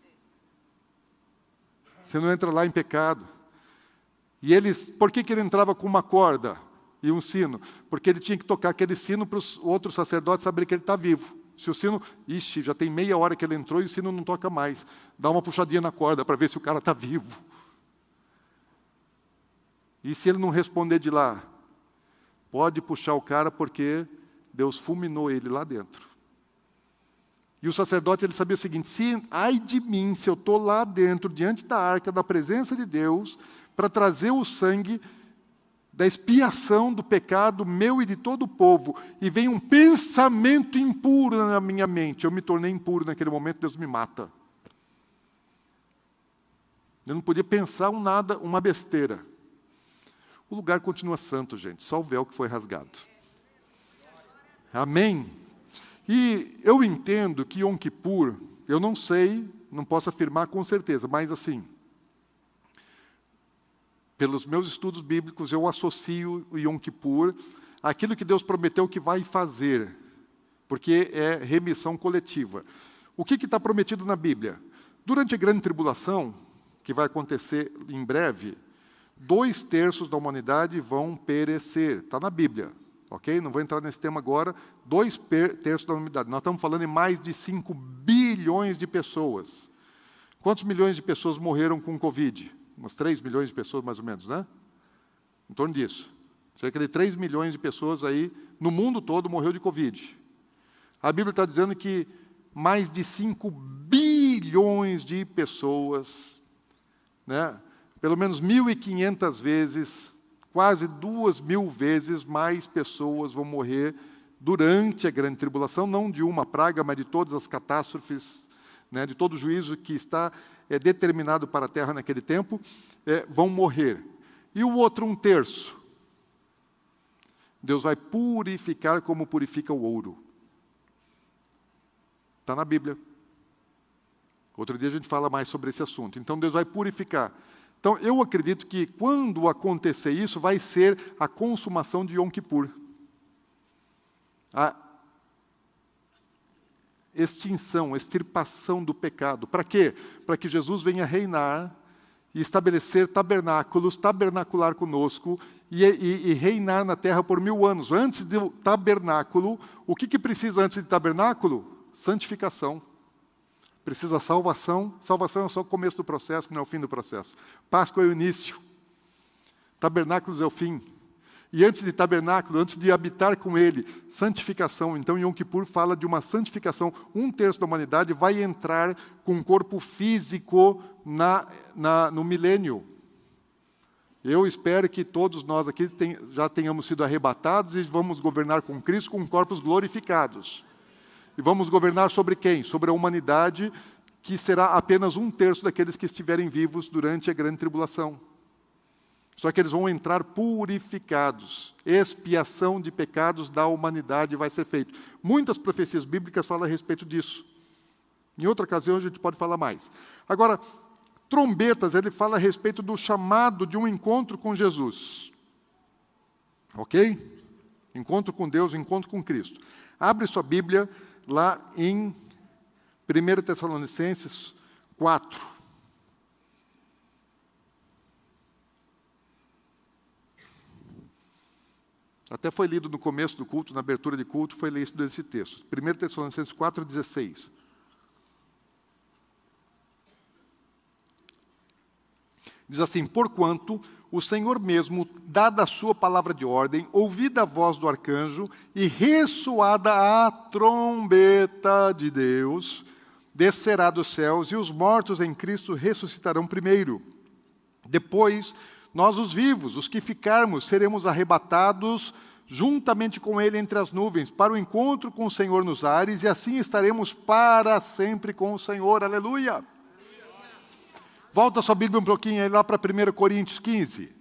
Você não entra lá em pecado. E por que ele entrava com uma corda e um sino? Porque ele tinha que tocar aquele sino para os outros sacerdotes saberem que ele está vivo. Se o sino... Ixi, já tem meia hora que ele entrou e o sino não toca mais. Dá uma puxadinha na corda para ver se o cara está vivo. E se ele não responder de lá? Pode puxar o cara porque Deus fulminou ele lá dentro. E o sacerdote ele sabia o seguinte, ai de mim, se eu estou lá dentro, diante da arca, da presença de Deus, para trazer o sangue da expiação do pecado meu e de todo o povo, e vem um pensamento impuro na minha mente, eu me tornei impuro naquele momento, Deus me mata. Eu não podia pensar uma besteira. O lugar continua santo, gente, só o véu que foi rasgado. Amém? E eu entendo que Yom Kippur, eu não sei, não posso afirmar com certeza, mas assim, pelos meus estudos bíblicos, eu associo o Yom Kippur àquilo que Deus prometeu que vai fazer, porque é remissão coletiva. O que está prometido na Bíblia? Durante a grande tribulação, que vai acontecer em breve, 2/3 da humanidade vão perecer. Está na Bíblia, ok? Não vou entrar nesse tema agora. 2/3 da humanidade. Nós estamos falando em mais de 5 bilhões bilhões de pessoas. Quantos milhões de pessoas morreram com Covid? Umas 3 milhões de pessoas, mais ou menos, né? Em torno disso. Cerca de 3 milhões de pessoas aí, no mundo todo, morreu de Covid. A Bíblia está dizendo que mais de 5 bilhões de pessoas, né? Pelo menos 1.500 vezes, quase 2.000 vezes mais pessoas vão morrer durante a grande tribulação, não de uma praga, mas de todas as catástrofes, né, de todo o juízo que está determinado para a terra naquele tempo, vão morrer. E o outro 1/3, Deus vai purificar como purifica o ouro. Está na Bíblia. Outro dia a gente fala mais sobre esse assunto. Então Deus vai purificar. Então eu acredito que quando acontecer isso, vai ser a consumação de Yom Kippur. A extinção, extirpação do pecado. Para quê? Para que Jesus venha reinar e estabelecer tabernáculos, tabernacular conosco e reinar na terra por 1000 anos. Antes do tabernáculo, o que precisa antes de tabernáculo? Santificação. Precisa salvação. Salvação é só o começo do processo, não é o fim do processo. Páscoa é o início. Tabernáculos é o fim. E antes de tabernáculo, antes de habitar com ele, santificação. Então, Yom Kippur fala de uma santificação. 1/3 da humanidade vai entrar com um corpo físico no milênio. Eu espero que todos nós aqui já tenhamos sido arrebatados e vamos governar com Cristo com corpos glorificados. E vamos governar sobre quem? Sobre a humanidade, que será apenas 1/3 daqueles que estiverem vivos durante a grande tribulação. Só que eles vão entrar purificados. Expiação de pecados da humanidade vai ser feita. Muitas profecias bíblicas falam a respeito disso. Em outra ocasião a gente pode falar mais. Agora, trombetas, ele fala a respeito do chamado de um encontro com Jesus. Ok? Encontro com Deus, encontro com Cristo. Abre sua Bíblia lá em 1 Tessalonicenses 4. Até foi lido no começo do culto, na abertura de culto, foi lido esse texto. 1 Tessalonicenses 4:16. Diz assim: porquanto o Senhor mesmo, dada a sua palavra de ordem, ouvida a voz do arcanjo e ressoada a trombeta de Deus, descerá dos céus, e os mortos em Cristo ressuscitarão primeiro. Depois, nós os vivos, os que ficarmos, seremos arrebatados juntamente com ele entre as nuvens, para o encontro com o Senhor nos ares, e assim estaremos para sempre com o Senhor. Aleluia! Volta a sua Bíblia um pouquinho aí lá para 1 Coríntios 15.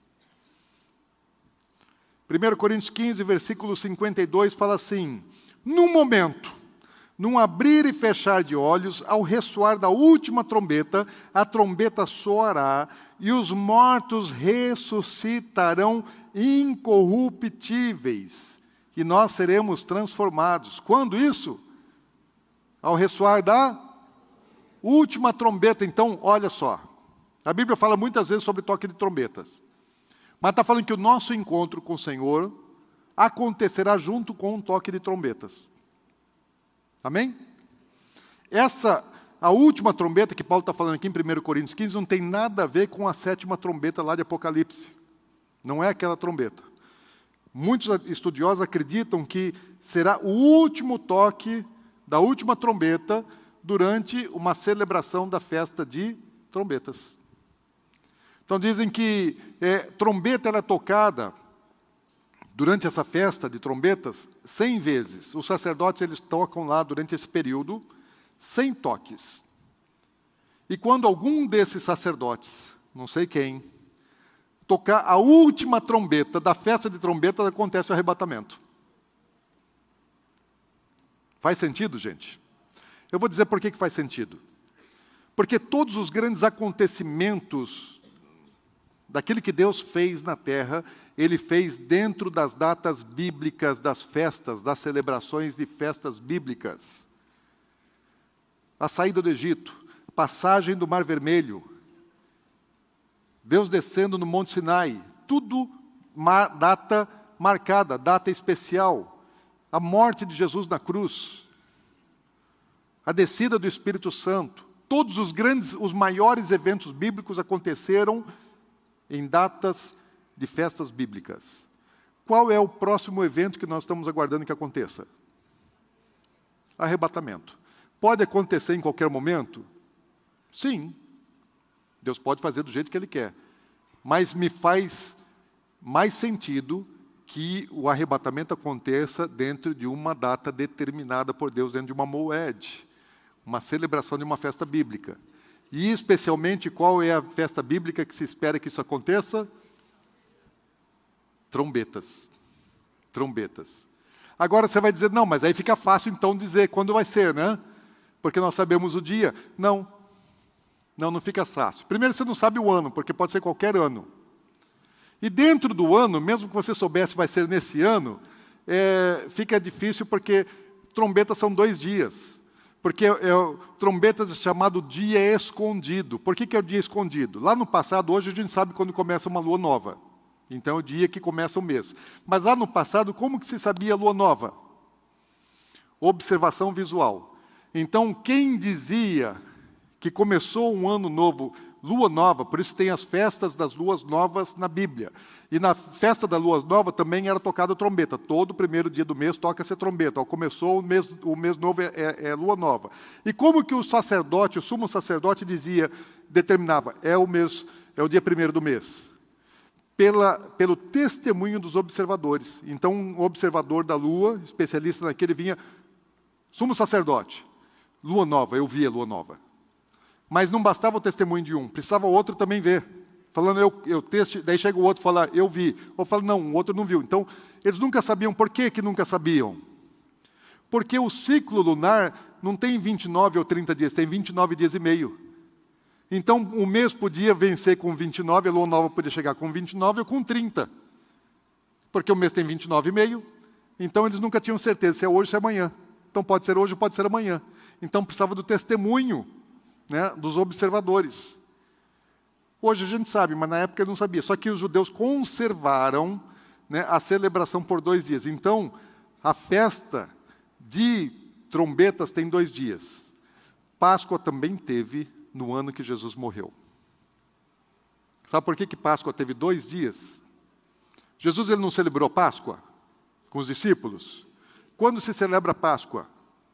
1 Coríntios 15, versículo 52, fala assim: num momento, num abrir e fechar de olhos, ao ressoar da última trombeta, a trombeta soará, e os mortos ressuscitarão incorruptíveis, e nós seremos transformados. Quando isso? Ao ressoar da última trombeta. Então, olha só, a Bíblia fala muitas vezes sobre toque de trombetas, mas está falando que o nosso encontro com o Senhor acontecerá junto com um toque de trombetas. Amém? A última trombeta que Paulo está falando aqui em 1 Coríntios 15 não tem nada a ver com a 7ª trombeta lá de Apocalipse. Não é aquela trombeta. Muitos estudiosos acreditam que será o último toque da última trombeta durante uma celebração da festa de trombetas. Então dizem que trombeta ela é tocada durante essa festa de trombetas 100 vezes. Os sacerdotes eles tocam lá durante esse período 100 toques. E quando algum desses sacerdotes, não sei quem, tocar a última trombeta da festa de trombetas, acontece o arrebatamento. Faz sentido, gente? Eu vou dizer por que faz sentido. Porque todos os grandes acontecimentos daquilo que Deus fez na terra, Ele fez dentro das datas bíblicas, das festas, das celebrações de festas bíblicas. A saída do Egito, passagem do Mar Vermelho, Deus descendo no Monte Sinai, tudo data marcada, data especial. A morte de Jesus na cruz, a descida do Espírito Santo, todos os maiores eventos bíblicos aconteceram em datas de festas bíblicas. Qual é o próximo evento que nós estamos aguardando que aconteça? Arrebatamento. Pode acontecer em qualquer momento? Sim. Deus pode fazer do jeito que Ele quer. Mas me faz mais sentido que o arrebatamento aconteça dentro de uma data determinada por Deus, dentro de uma moed, uma celebração de uma festa bíblica. E, especialmente, qual é a festa bíblica que se espera que isso aconteça? Trombetas. Trombetas. Agora você vai dizer, não, mas aí fica fácil então dizer quando vai ser, né? Porque nós sabemos o dia. Não. Não fica fácil. Primeiro, você não sabe o ano, porque pode ser qualquer ano. E dentro do ano, mesmo que você soubesse vai ser nesse ano, fica difícil porque trombetas são 2 dias. Porque trombetas é chamado dia escondido. Por que é o dia escondido? Lá no passado, hoje a gente sabe quando começa uma lua nova. Então é o dia que começa o mês. Mas lá no passado, como que se sabia a lua nova? Observação visual. Então, quem dizia que começou um ano novo, lua nova, por isso tem as festas das luas novas na Bíblia. E na festa da lua nova também era tocada trombeta. Todo primeiro dia do mês toca-se trombeta. Começou o mês novo é lua nova. E como que o sacerdote, o sumo sacerdote determinava? É o dia primeiro do mês. Pelo testemunho dos observadores. Então, um observador da lua, especialista naquele, vinha, sumo sacerdote, lua nova, eu vi a lua nova. Mas não bastava o testemunho de um, precisava o outro também ver. Falando, daí chega o outro e fala, eu vi. Ou fala, não, o outro não viu. Então, eles nunca sabiam. Por que nunca sabiam? Porque o ciclo lunar não tem 29 ou 30 dias, tem 29 dias e meio. Então, o mês podia vencer com 29, a lua nova podia chegar com 29 ou com 30. Porque o mês tem 29 e meio, então eles nunca tinham certeza se é hoje ou se é amanhã. Então, pode ser hoje ou pode ser amanhã. Então, precisava do testemunho, né, dos observadores. Hoje a gente sabe, mas na época eu não sabia. Só que os judeus conservaram, né, a celebração por 2 dias. Então, a festa de trombetas tem 2 dias. Páscoa também teve no ano que Jesus morreu. Sabe por que Páscoa teve 2 dias? Jesus ele não celebrou Páscoa com os discípulos? Quando se celebra Páscoa?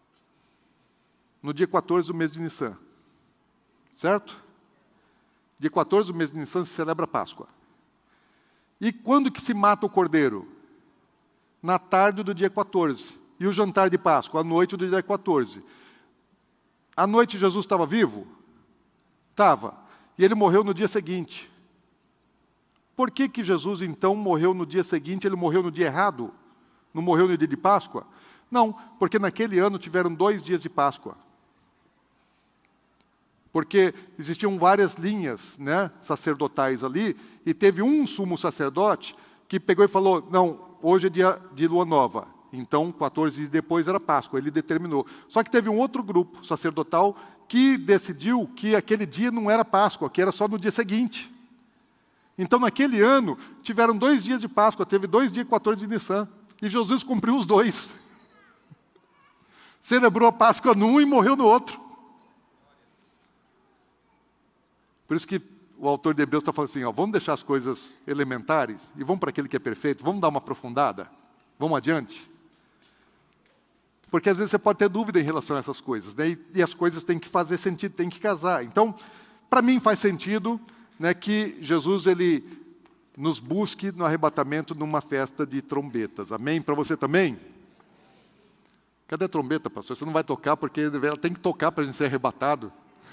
No dia 14 do mês de Nissan. Certo? Dia 14 do mês de Nissan se celebra Páscoa. E quando que se mata o cordeiro? Na tarde do dia 14. E o jantar de Páscoa? À noite do dia 14. À noite Jesus estava vivo? Estava. E ele morreu no dia seguinte. Por que Jesus, então, morreu no dia seguinte? Ele morreu no dia errado? Não morreu no dia de Páscoa? Não, porque naquele ano tiveram 2 dias de Páscoa. Porque existiam várias linhas, né, sacerdotais ali, e teve um sumo sacerdote que pegou e falou, não, hoje é dia de lua nova. Então, 14 dias depois era Páscoa, ele determinou. Só que teve um outro grupo sacerdotal que decidiu que aquele dia não era Páscoa, que era só no dia seguinte. Então, naquele ano, tiveram 2 dias de Páscoa, teve 2 dias 14 de Nissan, e Jesus cumpriu os 2. Celebrou a Páscoa num e morreu no outro. Por isso que o autor de Hebreus está falando assim, vamos deixar as coisas elementares e vamos para aquele que é perfeito, vamos dar uma aprofundada, vamos adiante. Porque às vezes você pode ter dúvida em relação a essas coisas, né? E as coisas têm que fazer sentido, têm que casar. Então, para mim faz sentido, né, que Jesus ele nos busque no arrebatamento numa festa de trombetas. Amém? Para você também? Cadê a trombeta, pastor? Você não vai tocar porque ela tem que tocar para a gente ser arrebatado.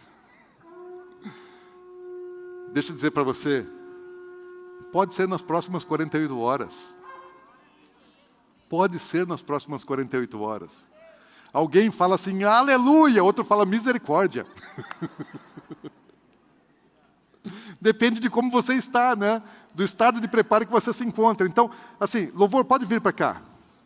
Deixa eu dizer para você, pode ser nas próximas 48 horas. Pode ser nas próximas 48 horas. Alguém fala assim, aleluia, outro fala misericórdia. Depende de como você está, né? Do estado de preparo que você se encontra. Então, assim, louvor, pode vir para cá.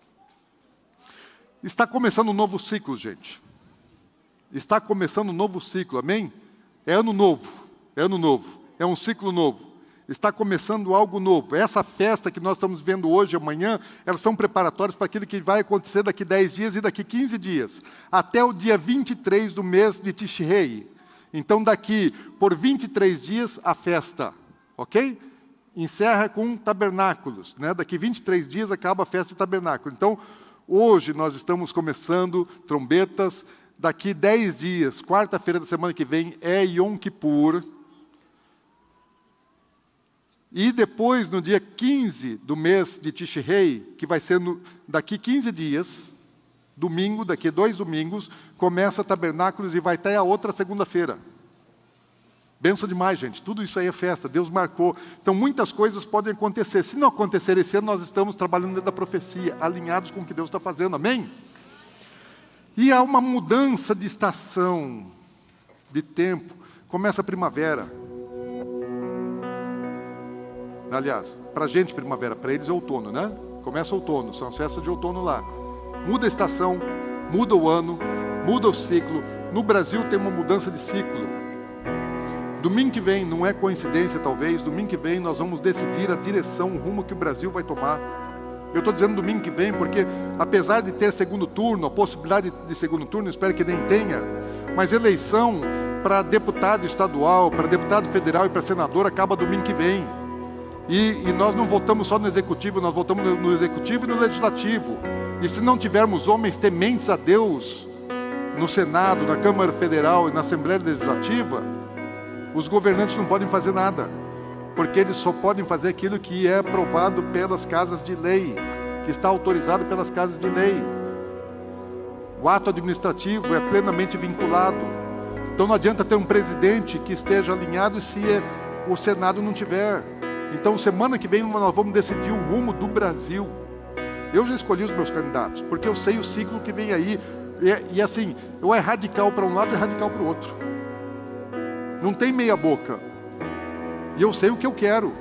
Está começando um novo ciclo, gente. Está começando um novo ciclo, amém? É ano novo, é ano novo. É um ciclo novo. Está começando algo novo. Essa festa que nós estamos vendo hoje, amanhã, elas são preparatórias para aquilo que vai acontecer daqui 10 dias e daqui 15 dias. Até o dia 23 do mês de Tishrei. Então, daqui por 23 dias, a festa. Ok? Encerra com tabernáculos. Né? Daqui 23 dias acaba a festa de tabernáculo. Então, hoje nós estamos começando trombetas. Daqui 10 dias, quarta-feira da semana que vem, é Yom Kippur. E depois, no dia 15 do mês de Tishrei, que vai ser daqui 15 dias, domingo, daqui 2 domingos, começa tabernáculos e vai até a outra segunda-feira. Benção demais, gente. Tudo isso aí é festa. Deus marcou. Então, muitas coisas podem acontecer. Se não acontecer esse ano, nós estamos trabalhando dentro da profecia, alinhados com o que Deus está fazendo. Amém? E há uma mudança de estação, de tempo. Começa a primavera. Aliás, para a gente primavera, para eles é outono, né? Começa outono, são as festas de outono lá. Muda a estação, muda o ano, muda o ciclo. No Brasil tem uma mudança de ciclo. Domingo que vem, não é coincidência talvez, domingo que vem nós vamos decidir a direção, o rumo que o Brasil vai tomar. Eu estou dizendo domingo que vem porque, apesar de ter segundo turno, a possibilidade de segundo turno, espero que nem tenha, mas eleição para deputado estadual, para deputado federal e para senador acaba domingo que vem. E nós não votamos só no executivo, nós votamos no executivo e no legislativo. E se não tivermos homens tementes a Deus no Senado, na Câmara Federal e na Assembleia Legislativa, os governantes não podem fazer nada, porque eles só podem fazer aquilo que é aprovado pelas casas de lei, que está autorizado pelas casas de lei. O ato administrativo é plenamente vinculado. Então não adianta ter um presidente que esteja alinhado se o Senado não tiver. Então semana que vem nós vamos decidir o rumo do Brasil. Eu já escolhi os meus candidatos, porque eu sei o ciclo que vem aí. E assim, ou é radical para um lado ou é radical para o outro. Não tem meia boca. E eu sei o que eu quero.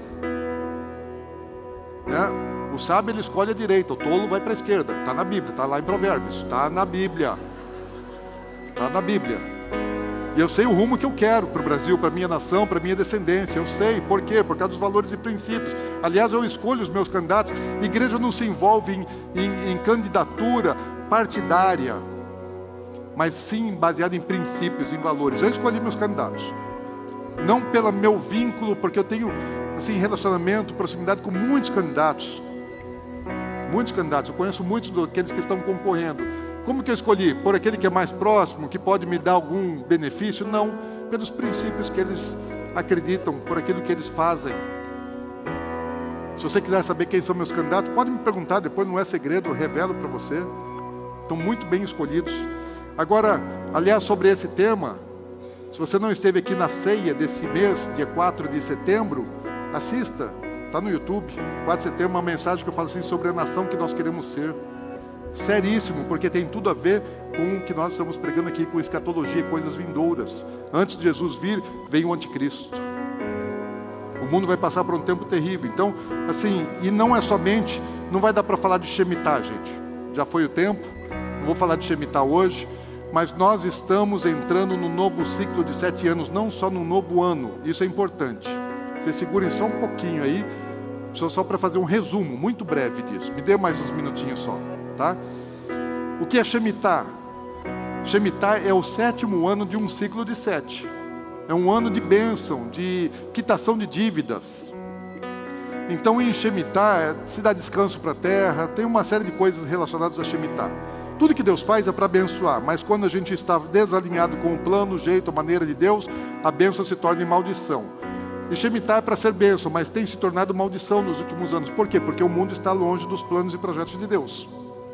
Né? O sábio ele escolhe a direita, o tolo vai para a esquerda. Está na Bíblia, está lá em Provérbios. Está na Bíblia. Está na Bíblia. E eu sei o rumo que eu quero para o Brasil, para a minha nação, para a minha descendência. Eu sei. Por quê? Por causa dos valores e princípios. Aliás, eu escolho os meus candidatos. A igreja não se envolve em candidatura partidária, mas sim baseada em princípios, em valores. Eu escolhi meus candidatos. Não pelo meu vínculo, porque eu tenho assim, relacionamento, proximidade com muitos candidatos. Muitos candidatos. Eu conheço muitos daqueles que estão concorrendo. Como que eu escolhi? Por aquele que é mais próximo, que pode me dar algum benefício? Não, pelos princípios que eles acreditam, por aquilo que eles fazem. Se você quiser saber quem são meus candidatos, pode me perguntar, depois não é segredo, eu revelo para você. Estão muito bem escolhidos. Agora, aliás, sobre esse tema, se você não esteve aqui na ceia desse mês, dia 4 de setembro, assista, está no YouTube. 4 de setembro, uma mensagem que eu falo assim sobre a nação que nós queremos ser. Seríssimo, porque tem tudo a ver com o que nós estamos pregando aqui, com escatologia, coisas vindouras. Antes de Jesus vir, vem o anticristo. O mundo vai passar por um tempo terrível. Então, assim, e não é somente, não vai dar para falar de Shemitah, gente. Já foi o tempo, não vou falar de Shemitah hoje, mas nós estamos entrando no novo ciclo de 7 anos, não só no novo ano, isso é importante. Vocês segurem só um pouquinho aí, só para fazer um resumo muito breve disso. Me dê mais uns minutinhos só, tá? O que é Shemitah? Shemitah é o 7º ano de um ciclo de 7. É um ano de bênção, de quitação de dívidas. Então em Shemitah se dá descanso para a terra, tem uma série de coisas relacionadas a Shemitah. Tudo que Deus faz é para abençoar, mas quando a gente está desalinhado com o plano, o jeito, a maneira de Deus, a bênção se torna em maldição. E Shemitah é para ser bênção, mas tem se tornado maldição nos últimos anos. Por quê? Porque o mundo está longe dos planos e projetos de Deus.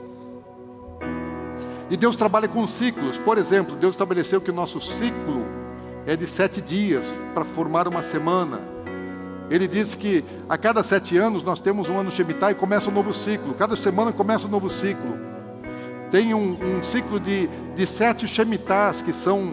E Deus trabalha com ciclos. Por exemplo, Deus estabeleceu que o nosso ciclo é de 7 dias para formar uma semana. Ele disse que a cada 7 anos nós temos um ano Shemitah e começa um novo ciclo. Cada semana começa um novo ciclo. Tem um ciclo de 7 Shemitahs, que são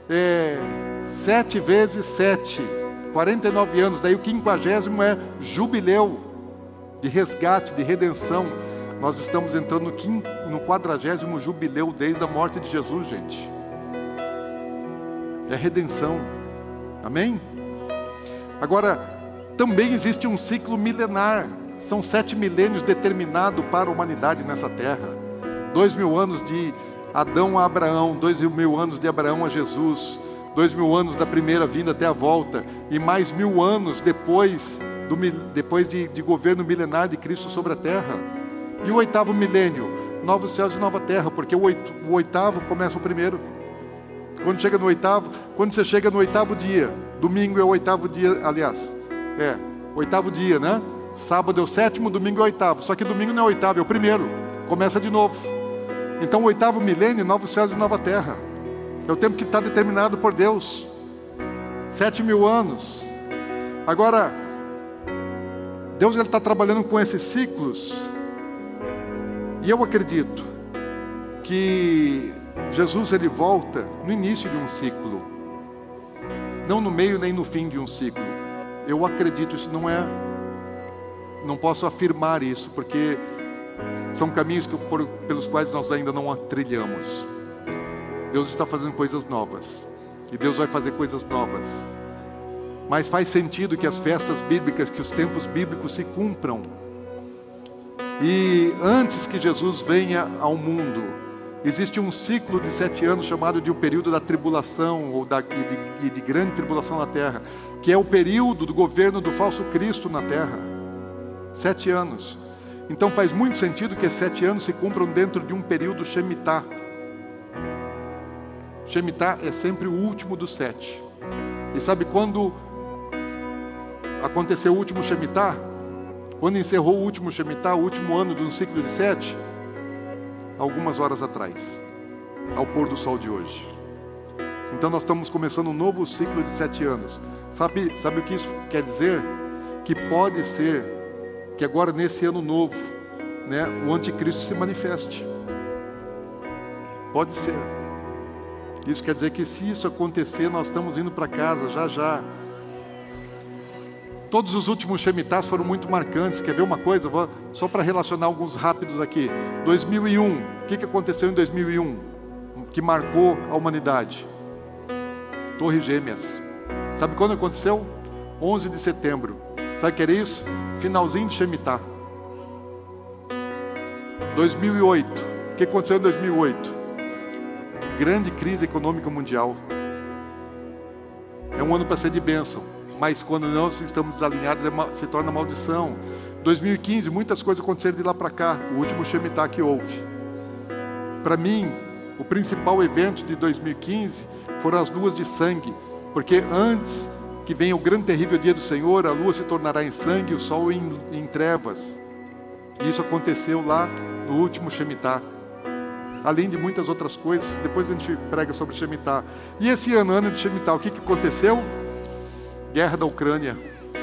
7 vezes 7, 49 anos. Daí o 50º é jubileu de resgate, de redenção. Nós estamos entrando no 40º jubileu desde a morte de Jesus, gente. É redenção. Amém? Agora, também existe um ciclo milenar. São 7 milênios determinados para a humanidade nessa terra. 2000 anos de Adão a Abraão, 2000 anos de Abraão a Jesus, 2000 anos da primeira vinda até a volta, e mais 1000 anos depois de governo milenar de Cristo sobre a terra. E o 8º milênio, novos céus e nova terra, porque o 8º começa o primeiro. Quando você chega no 8º dia, domingo é o 8º dia, aliás, 8º dia, né? Sábado é o 7º, domingo é o 8º, só que domingo não é o 8º, é o primeiro, começa de novo. Então o 8º milênio, novos céus e nova terra, é o tempo que está determinado por Deus, 7.000 anos. Agora, Deus está trabalhando com esses ciclos, e eu acredito que Jesus ele volta no início de um ciclo, não no meio nem no fim de um ciclo. Eu acredito, isso não posso afirmar isso, porque são caminhos pelos quais nós ainda não trilhamos. Deus está fazendo coisas novas, e Deus vai fazer coisas novas, mas faz sentido que as festas bíblicas, que os tempos bíblicos se cumpram. E antes que Jesus venha ao mundo, existe um ciclo de 7 anos chamado de o período da tribulação, e de grande tribulação na terra, que é o período do governo do falso Cristo na terra. 7 anos. Então faz muito sentido que esses 7 anos se cumpram dentro de um período Shemitah. Shemitah é sempre o último dos 7. E sabe quando aconteceu o último Shemitah? Quando encerrou o último Shemitah, o último ano de um ciclo de 7? Algumas horas atrás, ao pôr do sol de hoje. Então nós estamos começando um novo ciclo de 7 anos. Sabe o que isso quer dizer? Que pode ser que agora nesse ano novo, né, o anticristo se manifeste. Pode ser. Isso quer dizer que se isso acontecer, nós estamos indo para casa já. Todos os últimos Shemitahs foram muito marcantes. Quer ver uma coisa? Só para relacionar alguns rápidos aqui. 2001, o que aconteceu em 2001? Que marcou a humanidade? Torres Gêmeas. Sabe quando aconteceu? 11 de setembro. Sabe o que era isso? Finalzinho de Shemitah. 2008. O que aconteceu em 2008? Grande crise econômica mundial. É um ano para ser de bênção, mas quando nós estamos alinhados se torna maldição. 2015, muitas coisas aconteceram de lá para cá. O último Shemitah que houve. Para mim, o principal evento de 2015 foram as luas de sangue, porque antes que venha o grande terrível dia do Senhor, a lua se tornará em sangue e o sol em trevas. E isso aconteceu lá no último Shemitah. Além de muitas outras coisas, depois a gente prega sobre Shemitah. E esse ano de Shemitah, o que aconteceu? Guerra da Ucrânia.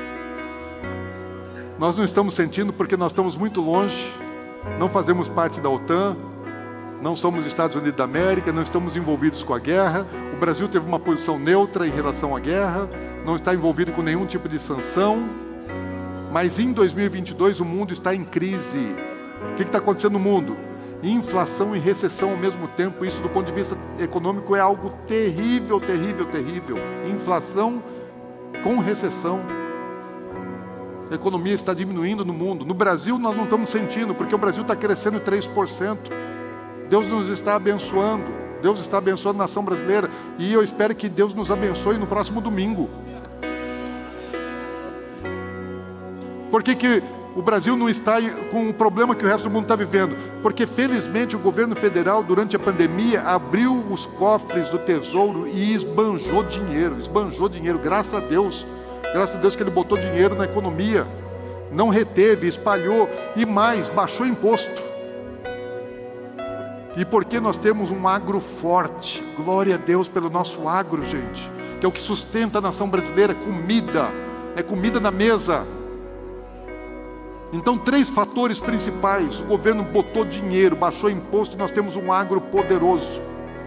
Nós não estamos sentindo porque nós estamos muito longe, não fazemos parte da OTAN, não somos Estados Unidos da América, não estamos envolvidos com a guerra. O Brasil teve uma posição neutra em relação à guerra, não está envolvido com nenhum tipo de sanção. Mas em 2022 o mundo está em crise. O que está acontecendo no mundo? Inflação e recessão ao mesmo tempo. Isso do ponto de vista econômico é algo terrível, terrível, terrível. Inflação com recessão. A economia está diminuindo no mundo. No Brasil nós não estamos sentindo, porque o Brasil está crescendo 3%. Deus nos está abençoando. Deus está abençoando a nação brasileira. E eu espero que Deus nos abençoe no próximo domingo. Por que o Brasil não está com o problema que o resto do mundo está vivendo? Porque felizmente o governo federal durante a pandemia abriu os cofres do tesouro e esbanjou dinheiro, graças a Deus que ele botou dinheiro na economia, não reteve, espalhou e mais, baixou imposto. E porque nós temos um agro forte, glória a Deus pelo nosso agro, gente, que é o que sustenta a nação brasileira, comida, é comida na mesa. Então, 3 fatores principais: o governo botou dinheiro, baixou imposto, e nós temos um agro poderoso.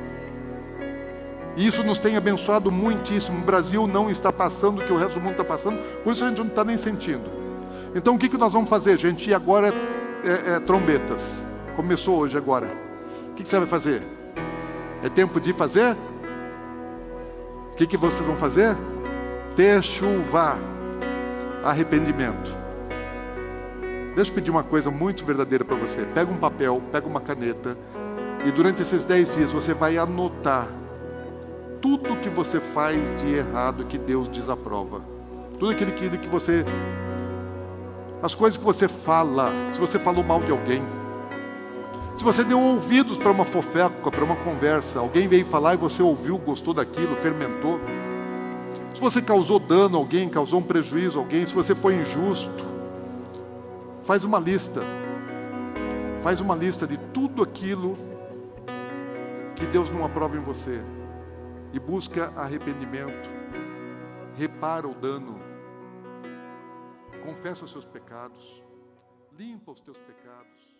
E isso nos tem abençoado muitíssimo. O Brasil não está passando o que o resto do mundo está passando, por isso a gente não está nem sentindo. Então, o que nós vamos fazer, gente? E agora trombetas. Começou hoje agora. O que você vai fazer? É tempo de fazer? O que vocês vão fazer? Techuvá. arrependimento. Deixa eu pedir uma coisa muito verdadeira para você. Pega um papel, pega uma caneta, e durante esses 10 dias você vai anotar tudo que você faz de errado que Deus desaprova. Tudo aquilo que você... As coisas que você fala, se você falou mal de alguém, se você deu ouvidos para uma fofoca, para uma conversa, alguém veio falar e você ouviu, gostou daquilo, fermentou. Se você causou dano a alguém, causou um prejuízo a alguém, se você foi injusto, faz uma lista. Faz uma lista de tudo aquilo que Deus não aprova em você. E busca arrependimento. Repara o dano. Confessa os seus pecados. Limpa os teus pecados.